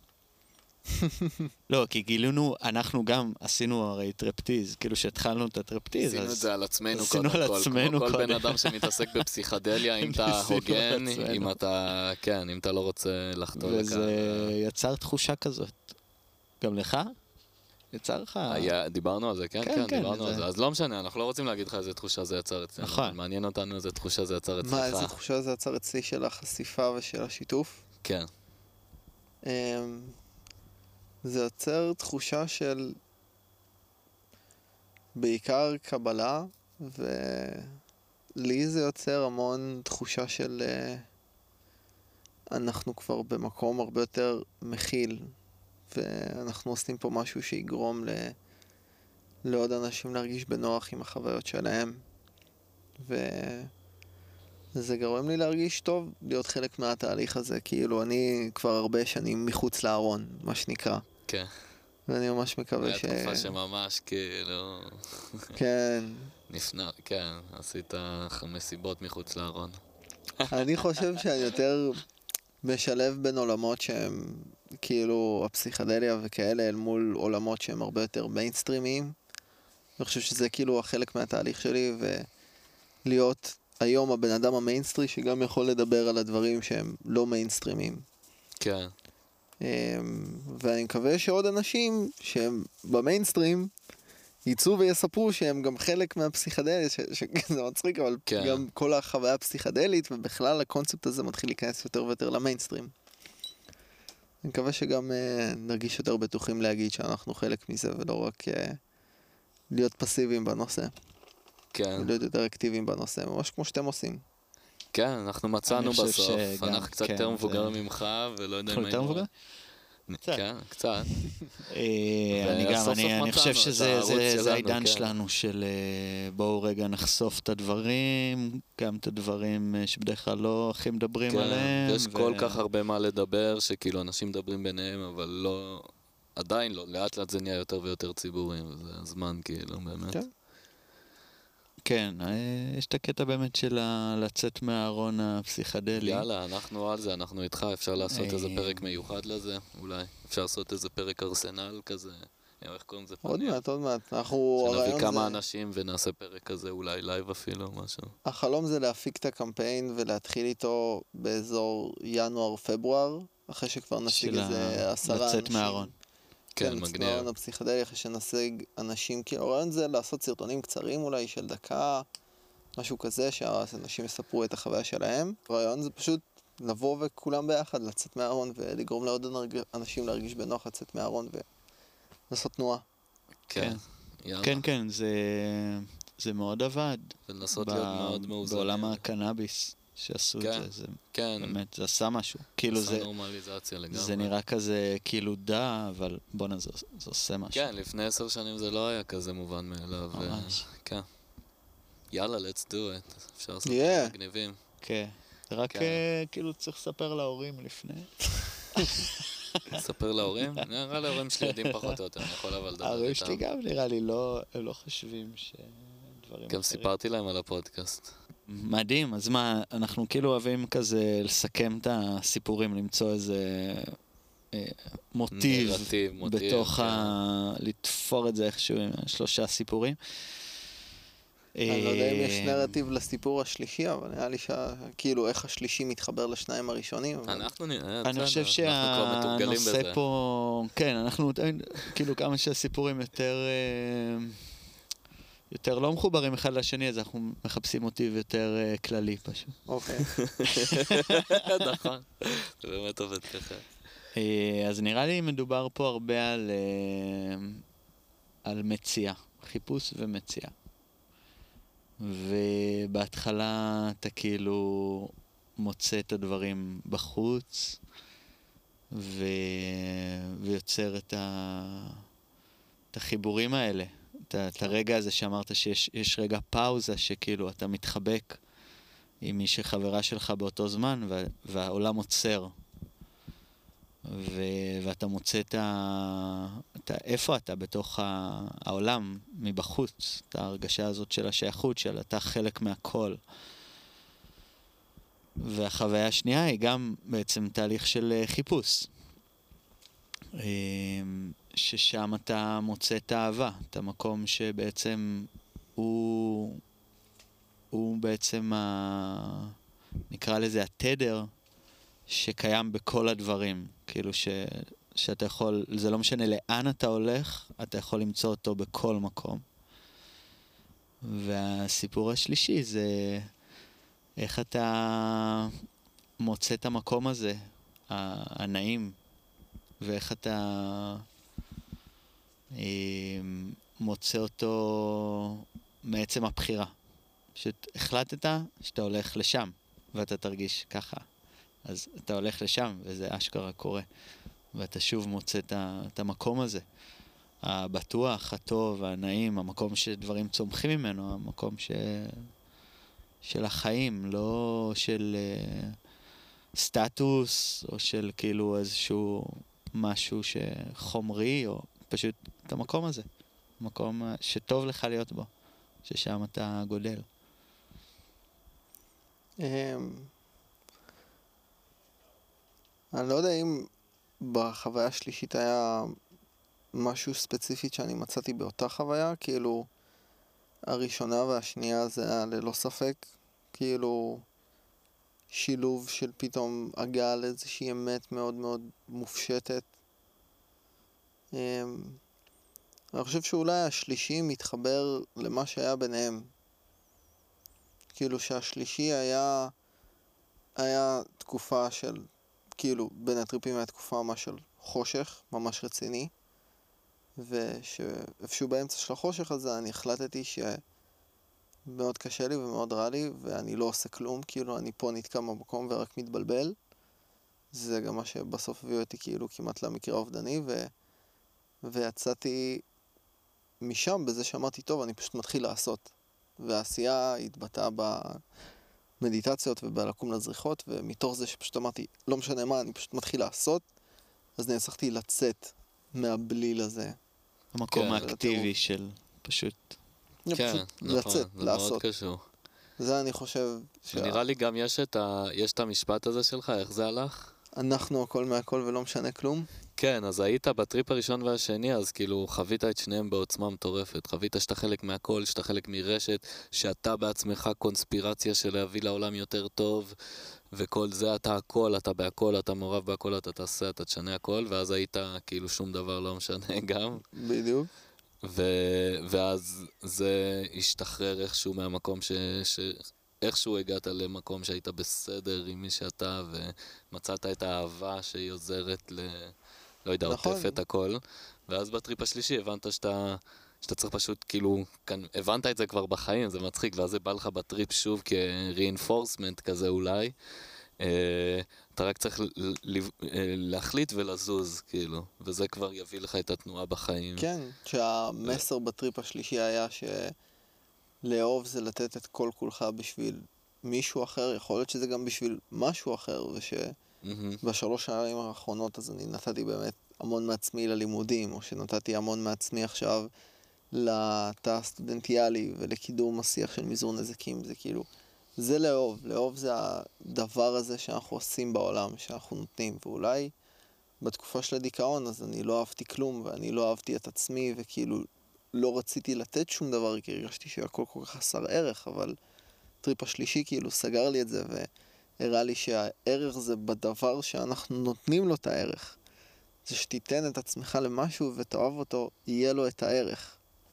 לא, כי גילינו, אנחנו גם עשינו הרי טרפטיז, כאילו שהתחלנו את הטרפטיז, עשינו את זה על עצמנו עשינו קודם על כל, עצמנו כמו כל קודם. בן אדם שמתעסק בפסיכדליה, אם אתה ניסינו הוגן, על עצמנו. אם אתה, כן, אם אתה לא רוצה לחתור לכאן. וזה יצר תחושה כזאת. גם לך? יצר לך? היה, דיברנו על זה, כן, כן, כן, כן, דיברנו זה- על זה. אז לא משנה, אנחנו לא רוצים להגיד לך איזה תחושה זה יצר אצלנו. נכון. אבל מעניין אותנו איזה תחושה זה יצר אצלך. מה, איזה תחושה זה יצר אצלי של החשיפה ושל השיתוף? כן. אמ, זה יוצר תחושה של בעיקר קבלה, ולי זה יוצר המון תחושה של אה, אנחנו כבר במקום הרבה יותר מכיל, ואנחנו עושים פה משהו שיגרום ל... לעוד אנשים להרגיש בנוח עם החוויות שלהם, וזה גורם לי להרגיש טוב להיות חלק מהתהליך הזה, כאילו אני כבר הרבה שנים מחוץ לארון, מה שנקרא. כן. ואני ממש מקווה ש... היה תקופה שממש כאילו... כן. נפנה, כן, עשית מסיבות מחוץ לארון. אני חושב שאני יותר משלב בין עולמות שהם כאילו הפסיכדליה וכאלה אל מול עולמות שהם הרבה יותר מיינסטרימיים. אני חושב שזה כאילו החלק מהתהליך שלי, ולהיות היום הבן אדם המיינסטרי שגם יכול לדבר על הדברים שהם לא מיינסטרימיים. כן. ואני מקווה שעוד אנשים שהם במיינסטרים ייצאו ויספרו שהם גם חלק מהפסיכדליה, שזה מצחיק, אבל כן. גם כל החוויה הפסיכדלית ובכלל הקונספט הזה מתחיל להיכנס יותר ויותר למיינסטרים. אני מקווה שגם uh, נרגיש יותר בטוחים להגיד שאנחנו חלק מזה, ולא רק uh, להיות פסיביים בנושא. כן. ולהיות יותר אקטיביים בנושא, ממש כמו שאתם עושים. כן, אנחנו מצאנו בסוף, שגם, אנחנו קצת כן, יותר מבוגר זה... ממך, ולא יודע אנחנו יותר מבוגר? כן, קצת. אני גם, אני חושב שזה העידן שלנו של בואו רגע נחשוף את הדברים, גם את הדברים שבדרך כלל לא הכי מדברים עליהם. יש כל כך הרבה מה לדבר, שכאילו אנשים מדברים ביניהם, אבל לא, עדיין לא, לאט לאט זה נהיה יותר ויותר ציבורי, וזה הזמן כאילו, באמת. כן, יש את הקטע באמת של לצאת מהארון הפסיכדלי. יאללה, אנחנו על זה, אנחנו איתך, אפשר לעשות איזה פרק מיוחד לזה, אולי. אפשר לעשות איזה פרק ארסנל כזה, איך קוראים לזה פעם? עוד מעט, עוד מעט. אנחנו... שנביא כמה אנשים ונעשה פרק כזה, אולי לייב אפילו, משהו. החלום זה להפיק את הקמפיין ולהתחיל איתו באזור ינואר-פברואר, אחרי שכבר נשיג איזה עשרה אנשים. לצאת מהארון. כן, מגניב. לצאת מהארון הפסיכדלי, אחרי שנשיג אנשים, כאילו הרעיון זה לעשות סרטונים קצרים אולי של דקה, משהו כזה, שאנשים יספרו את החוויה שלהם. הרעיון זה פשוט לבוא וכולם ביחד לצאת מהארון ולגרום לעוד אנשים להרגיש בנוח לצאת מהארון ולעשות תנועה. כן, כן, כן, זה, זה מאוד עבד. ולנסות להיות מאוד מאוזנים. בעולם הקנאביס שעשו כן, את זה, זה כן. באמת, זה עשה משהו. כאילו עשה זה, נורמליזציה לגמרי. זה נראה כזה כאילו דה, אבל בוא'נה, זה, זה עושה משהו. כן, לפני עשר שנים זה לא היה כזה מובן מאליו. ממש. ו... כן. יאללה, let's do it. אפשר לעשות yeah. מגניבים. כן. זה רק כן. כאילו צריך לספר להורים לפני. לספר להורים? נראה להורים שלי יודעים פחות או יותר, אני יכול אבל לדבר איתם. ההורים שלי גם נראה לי, לא, הם לא חושבים שדברים גם סיפרתי להם על הפודקאסט. מדהים, אז מה, אנחנו כאילו אוהבים כזה לסכם את הסיפורים, למצוא איזה אה, מוטיב, נרטיב, מוטיב, בתוך כן. ה... לתפור את זה איכשהו עם שלושה סיפורים. אני לא יודע אם יש נרטיב לסיפור השלישי, אבל נראה לי שכאילו איך השלישי מתחבר לשניים הראשונים. אנחנו נראה, אני חושב שהנושא פה, כן, אנחנו כאילו כמה שהסיפורים יותר יותר לא מחוברים אחד לשני, אז אנחנו מחפשים מוטיב יותר כללי פשוט. אוקיי. נכון, זה באמת עובד ככה. אז נראה לי מדובר פה הרבה על על מציאה, חיפוש ומציאה. ובהתחלה אתה כאילו מוצא את הדברים בחוץ ו... ויוצר את, ה... את החיבורים האלה, את, את הרגע הזה שאמרת שיש יש רגע פאוזה שכאילו אתה מתחבק עם מי שחברה שלך באותו זמן וה... והעולם עוצר ו... ואתה מוצא את ה... את ה... איפה אתה בתוך ה... העולם מבחוץ, את ההרגשה הזאת של השייכות, של אתה חלק מהכל. והחוויה השנייה היא גם בעצם תהליך של חיפוש. ששם אתה מוצא את האהבה, את המקום שבעצם הוא, הוא בעצם ה... נקרא לזה התדר שקיים בכל הדברים. כאילו ש... שאתה יכול, זה לא משנה לאן אתה הולך, אתה יכול למצוא אותו בכל מקום. והסיפור השלישי זה איך אתה מוצא את המקום הזה, הנעים, ואיך אתה אה, מוצא אותו מעצם הבחירה. פשוט החלטת שאתה הולך לשם, ואתה תרגיש ככה. אז אתה הולך לשם, וזה אשכרה קורה. ואתה שוב מוצא את המקום הזה. הבטוח, הטוב, הנעים, המקום שדברים צומחים ממנו, המקום ש... של החיים, לא של uh, סטטוס, או של כאילו איזשהו משהו שחומרי, או פשוט את המקום הזה. מקום שטוב לך להיות בו, ששם אתה גודל. אני לא יודע אם בחוויה השלישית היה משהו ספציפית שאני מצאתי באותה חוויה, כאילו הראשונה והשנייה זה היה ללא ספק, כאילו שילוב של פתאום הגעה לאיזושהי אמת מאוד מאוד מופשטת. אני חושב שאולי השלישי מתחבר למה שהיה ביניהם. כאילו שהשלישי היה, היה תקופה של, כאילו בין הטריפים היה תקופה ממש של חושך, ממש רציני. ושאיפשהו באמצע של החושך הזה אני החלטתי שמאוד קשה לי ומאוד רע לי ואני לא עושה כלום, כאילו אני פה נתקע במקום ורק מתבלבל. זה גם מה שבסוף הביא אותי כאילו כמעט למקרה האובדני, ו... ויצאתי משם בזה שאמרתי טוב אני פשוט מתחיל לעשות, והעשייה התבטאה במדיטציות ובלקום לזריחות, ומתוך זה שפשוט אמרתי לא משנה מה אני פשוט מתחיל לעשות, אז נצטרכתי לצאת מהבליל הזה. המקום האקטיבי של פשוט... כן, נכון, זה מאוד קשור. זה אני חושב... נראה לי גם יש את המשפט הזה שלך, איך זה הלך? אנחנו הכל מהכל ולא משנה כלום. כן, אז היית בטריפ הראשון והשני, אז כאילו חווית את שניהם בעוצמה מטורפת. חווית שאתה חלק מהכל, שאתה חלק מרשת, שאתה בעצמך קונספירציה של להביא לעולם יותר טוב, וכל זה אתה הכל, אתה בהכל, אתה מעורב בהכל, אתה תעשה, אתה תשנה הכל, ואז היית כאילו שום דבר לא משנה גם. בדיוק. ו- ואז זה השתחרר איכשהו מהמקום ש... ש... איכשהו הגעת למקום שהיית בסדר עם מי שאתה, ומצאת את האהבה שהיא עוזרת ל... לא יודע, נכון. עוטף את הכל. ואז בטריפ השלישי הבנת שאתה... שאתה צריך פשוט, כאילו, כאן, הבנת את זה כבר בחיים, זה מצחיק, ואז זה בא לך בטריפ שוב כ-reinforcement כזה אולי. אה, אתה רק צריך ל- ל- להחליט ולזוז, כאילו, וזה כבר יביא לך את התנועה בחיים. כן, שהמסר בטריפ השלישי היה שלאהוב זה לתת את כל כולך בשביל מישהו אחר, יכול להיות שזה גם בשביל משהו אחר, ושבשלוש שנים האחרונות אז אני נתתי באמת המון מעצמי ללימודים, או שנתתי המון מעצמי עכשיו לתא הסטודנטיאלי ולקידום השיח של מזעור נזקים. זה כאילו, זה לאהוב, לאהוב זה הדבר הזה שאנחנו עושים בעולם, שאנחנו נותנים, ואולי בתקופה של הדיכאון אז אני לא אהבתי כלום, ואני לא אהבתי את עצמי, וכאילו לא רציתי לתת שום דבר, כי הרגשתי שהכל כל כך חסר ערך, אבל טריפ השלישי כאילו סגר לי את זה, והראה לי שהערך זה בדבר שאנחנו נותנים לו את הערך. זה שתיתן את עצמך למשהו ותאהב אותו, יהיה לו את הערך.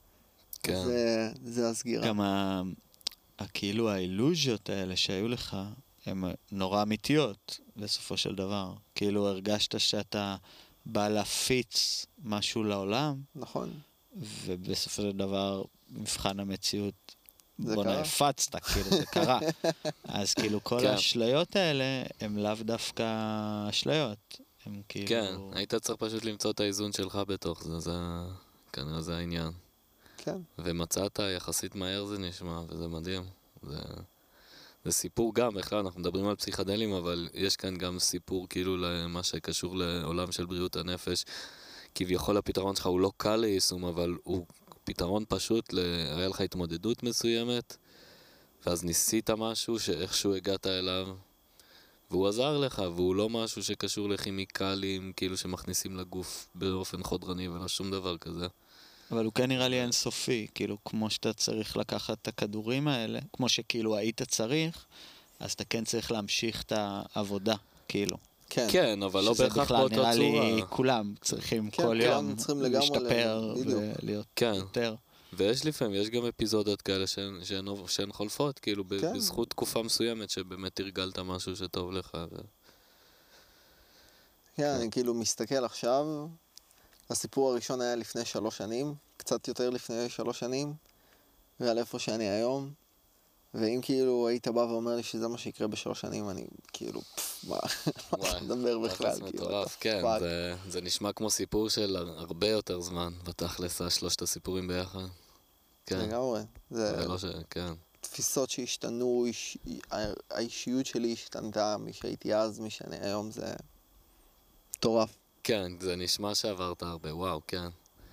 כן. זה, זה הסגירה. גם ה... כאילו האילוזיות האלה שהיו לך, הן נורא אמיתיות בסופו של דבר. כאילו הרגשת שאתה בא להפיץ משהו לעולם. נכון. ובסופו של דבר, מבחן המציאות, בוא קרה. נפצת, כאילו זה קרה. אז כאילו כל כן. האשליות האלה, הן לאו דווקא אשליות. הם כאילו... כן, היית צריך פשוט למצוא את האיזון שלך בתוך זה, זה כנראה זה העניין. כן. ומצאת יחסית מהר זה נשמע, וזה מדהים. זה, זה סיפור גם, בכלל אנחנו מדברים על פסיכדלים, אבל יש כאן גם סיפור כאילו למה שקשור לעולם של בריאות הנפש. כביכול הפתרון שלך הוא לא קל ליישום, אבל הוא פתרון פשוט, היה לך התמודדות מסוימת, ואז ניסית משהו שאיכשהו הגעת אליו, והוא עזר לך, והוא לא משהו שקשור לכימיקלים, כאילו שמכניסים לגוף באופן חודרני ולא שום דבר כזה. אבל הוא כן נראה לי אינסופי, כאילו כמו שאתה צריך לקחת את הכדורים האלה, כמו שכאילו היית צריך, אז אתה כן צריך להמשיך את העבודה, כאילו. כן. כן, אבל לא בהכרח באותה צורה. שזה בכלל נראה לי כולם צריכים כן, כל יום צריכים לגמרי להשתפר בדיוק. ולהיות כן. יותר. ויש לפעמים, יש גם אפיזודות כאלה שהן, שהן, שהן חולפות, כאילו כן. בזכות תקופה מסוימת שבאמת הרגלת משהו שטוב לך. ו... כן, אני כאילו מסתכל עכשיו, הסיפור הראשון היה לפני שלוש שנים, קצת יותר לפני שלוש שנים, ועל איפה שאני היום, ואם כאילו היית בא ואומר לי שזה מה שיקרה בשלוש שנים, אני כאילו, פפ, מה, מה נדבר בכלל, תכלס כאילו, מטורף, what the כן, fuck. זה- זה נשמע כמו סיפור של הרבה יותר זמן, בתכלס שלושת הסיפורים ביחד. כן, לגמרי, זה ולא ש... כן. תפיסות שהשתנו, איש- האישיות שלי השתנתה, מי שהייתי אז, מי שאני היום, זה מטורף. כן, זה נשמע שעברת הרבה, וואו, כן.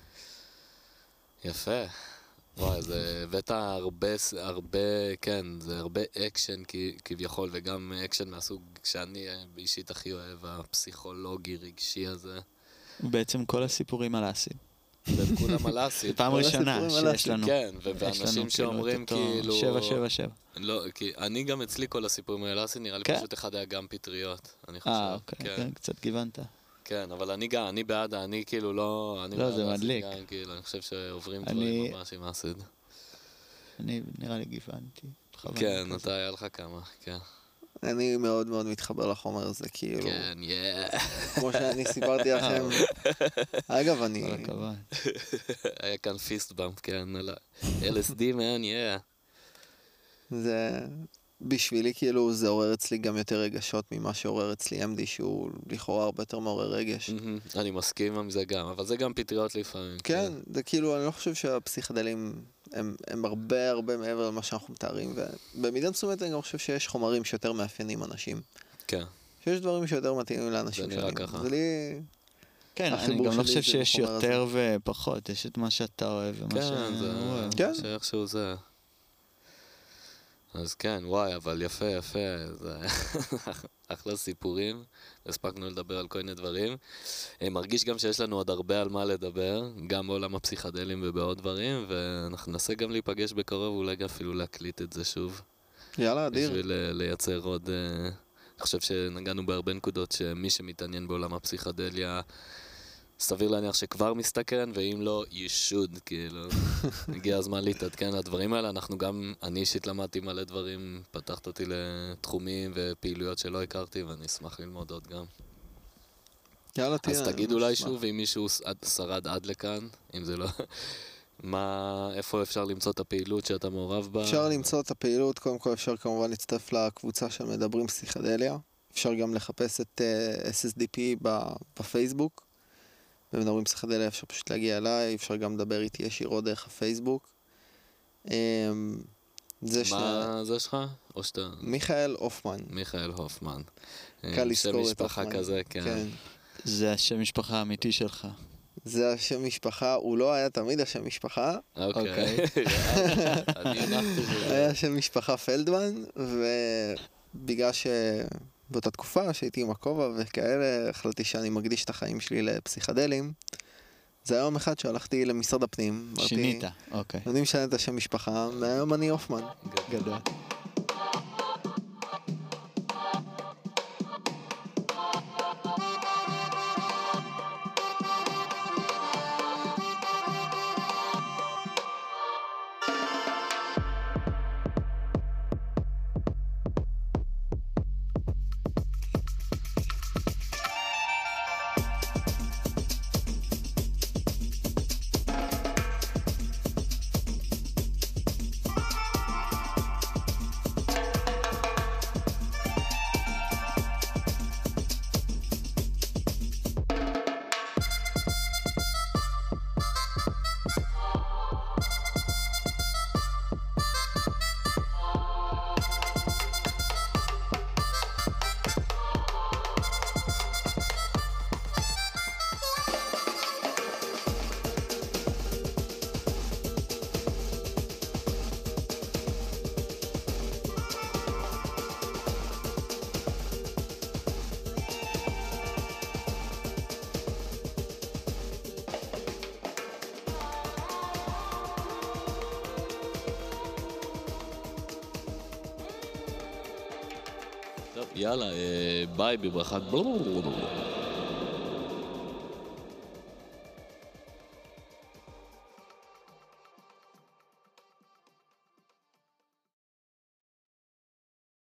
יפה. וואי, זה הבאת הרבה, ס- הרבה, כן, זה הרבה אקשן כ- כביכול, וגם אקשן מהסוג שאני אה, אישית הכי אוהב, הפסיכולוגי, רגשי הזה. בעצם כל הסיפורים על האסי. והם כולם על אסיד. פעם כל ראשונה הסיפורים על שיש אסי. לנו. כן, יש לנו ואנשים שאומרים את אותו כאילו... שבע שבע שבע. לא, כי אני גם אצלי כל הסיפורים האלה אסיד, נראה לי כן? פשוט אחד היה גם פטריות, אני חושב. אה, אוקיי, כן. כן, קצת גיוונת. כן, אבל אני גם, אני בעד, אני כאילו לא... אני לא, בעד זה אסיד מדליק. גם, כאילו, אני חושב שעוברים אני- דברים ממש עם אסיד. אני נראה לי גיוונתי. בכוונה כן, כזה. אתה היה לך כמה, כן. אני מאוד מאוד מתחבר לחומר הזה, כאילו, כן, יא. כמו שאני סיפרתי לכם. אגב, כל אני, הכבוד. היה כאן פיסט באמפ, כן, על ה-אל אס די, מן, יא. זה, בשבילי כאילו זה עורר אצלי גם יותר רגשות ממה שעורר אצלי אם די, שהוא לכאורה הרבה יותר מעורר רגש. מהמם, אני מסכים עם זה גם, אבל זה גם פטריות לפעמים. כן, זה כאילו, אני לא חושב שהפסיכדלים הם, הם הרבה הרבה מעבר למה שאנחנו מתארים, ובמידה מסוימת אני גם חושב שיש חומרים שיותר מאפיינים אנשים. כן, שיש דברים שיותר מתאימים לאנשים זה נראה שונים. ככה. זה לי... כן, אני החיבור גם לא שלי חושב זה שיש בחומר הזה. יותר ופחות, יש את מה שאתה אוהב ומה כן, שהוא זה... אוהב. כן. שאיכשהו זה. אז כן, וואי, אבל יפה, יפה, זה אחלה סיפורים, הספקנו לדבר על כל מיני דברים. אה, מרגיש גם שיש לנו עוד הרבה על מה לדבר, גם בעולם הפסיכדלים ובעוד דברים, ואנחנו ננסה גם להיפגש בקרוב, ואולי גם אפילו להקליט את זה שוב, יאללה, אדיר. בשביל אה, לייצר עוד... אה, אני חושב שנגענו בהרבה נקודות שמי שמתעניין בעולם הפסיכדליה, סביר להניח שכבר מסתכן, ואם לא, you should, כאילו, הגיע הזמן להתעדכן לדברים האלה. אנחנו גם, אני אישית למדתי מלא דברים, פתחת אותי לתחומים ופעילויות שלא הכרתי, ואני אשמח ללמוד עוד גם. יאללה, תהיה. אז אני תגיד ממש אולי אשמח. שוב, אם מישהו ש- עד- שרד עד לכאן, אם זה לא... מה, איפה אפשר למצוא את הפעילות שאתה מעורב בה? אפשר למצוא את הפעילות, קודם כל אפשר כמובן להצטרף לקבוצה של מדברים פסיכדליה. אפשר גם לחפש את uh, אס אס די פי ב- בפייסבוק. במדברים פסיכדליה אפשר פשוט להגיע אליי, אפשר גם לדבר איתי ישירות דרך הפייסבוק. Um, זה ש... מה זה שלך? או שאתה... מיכאל הופמן. מיכאל הופמן. קל עם לזכור שם את משפחה הופמן. כזה, כן. כן. זה השם משפחה האמיתי שלך. זה השם משפחה, הוא לא היה תמיד השם משפחה, אוקיי. יאללה, אני הנחתי בזה. היה שם משפחה פלדמן, ובגלל שבאותה תקופה שהייתי עם הכובע וכאלה, החלטתי שאני מקדיש את החיים שלי לפסיכדלים. זה היה יום אחד שהלכתי למשרד הפנים. אמרתי, שינית, אוקיי. אני משנה את השם משפחה, מהיום אני הופמן. גדול. טוב, יאללה, אה, ביי בברכת...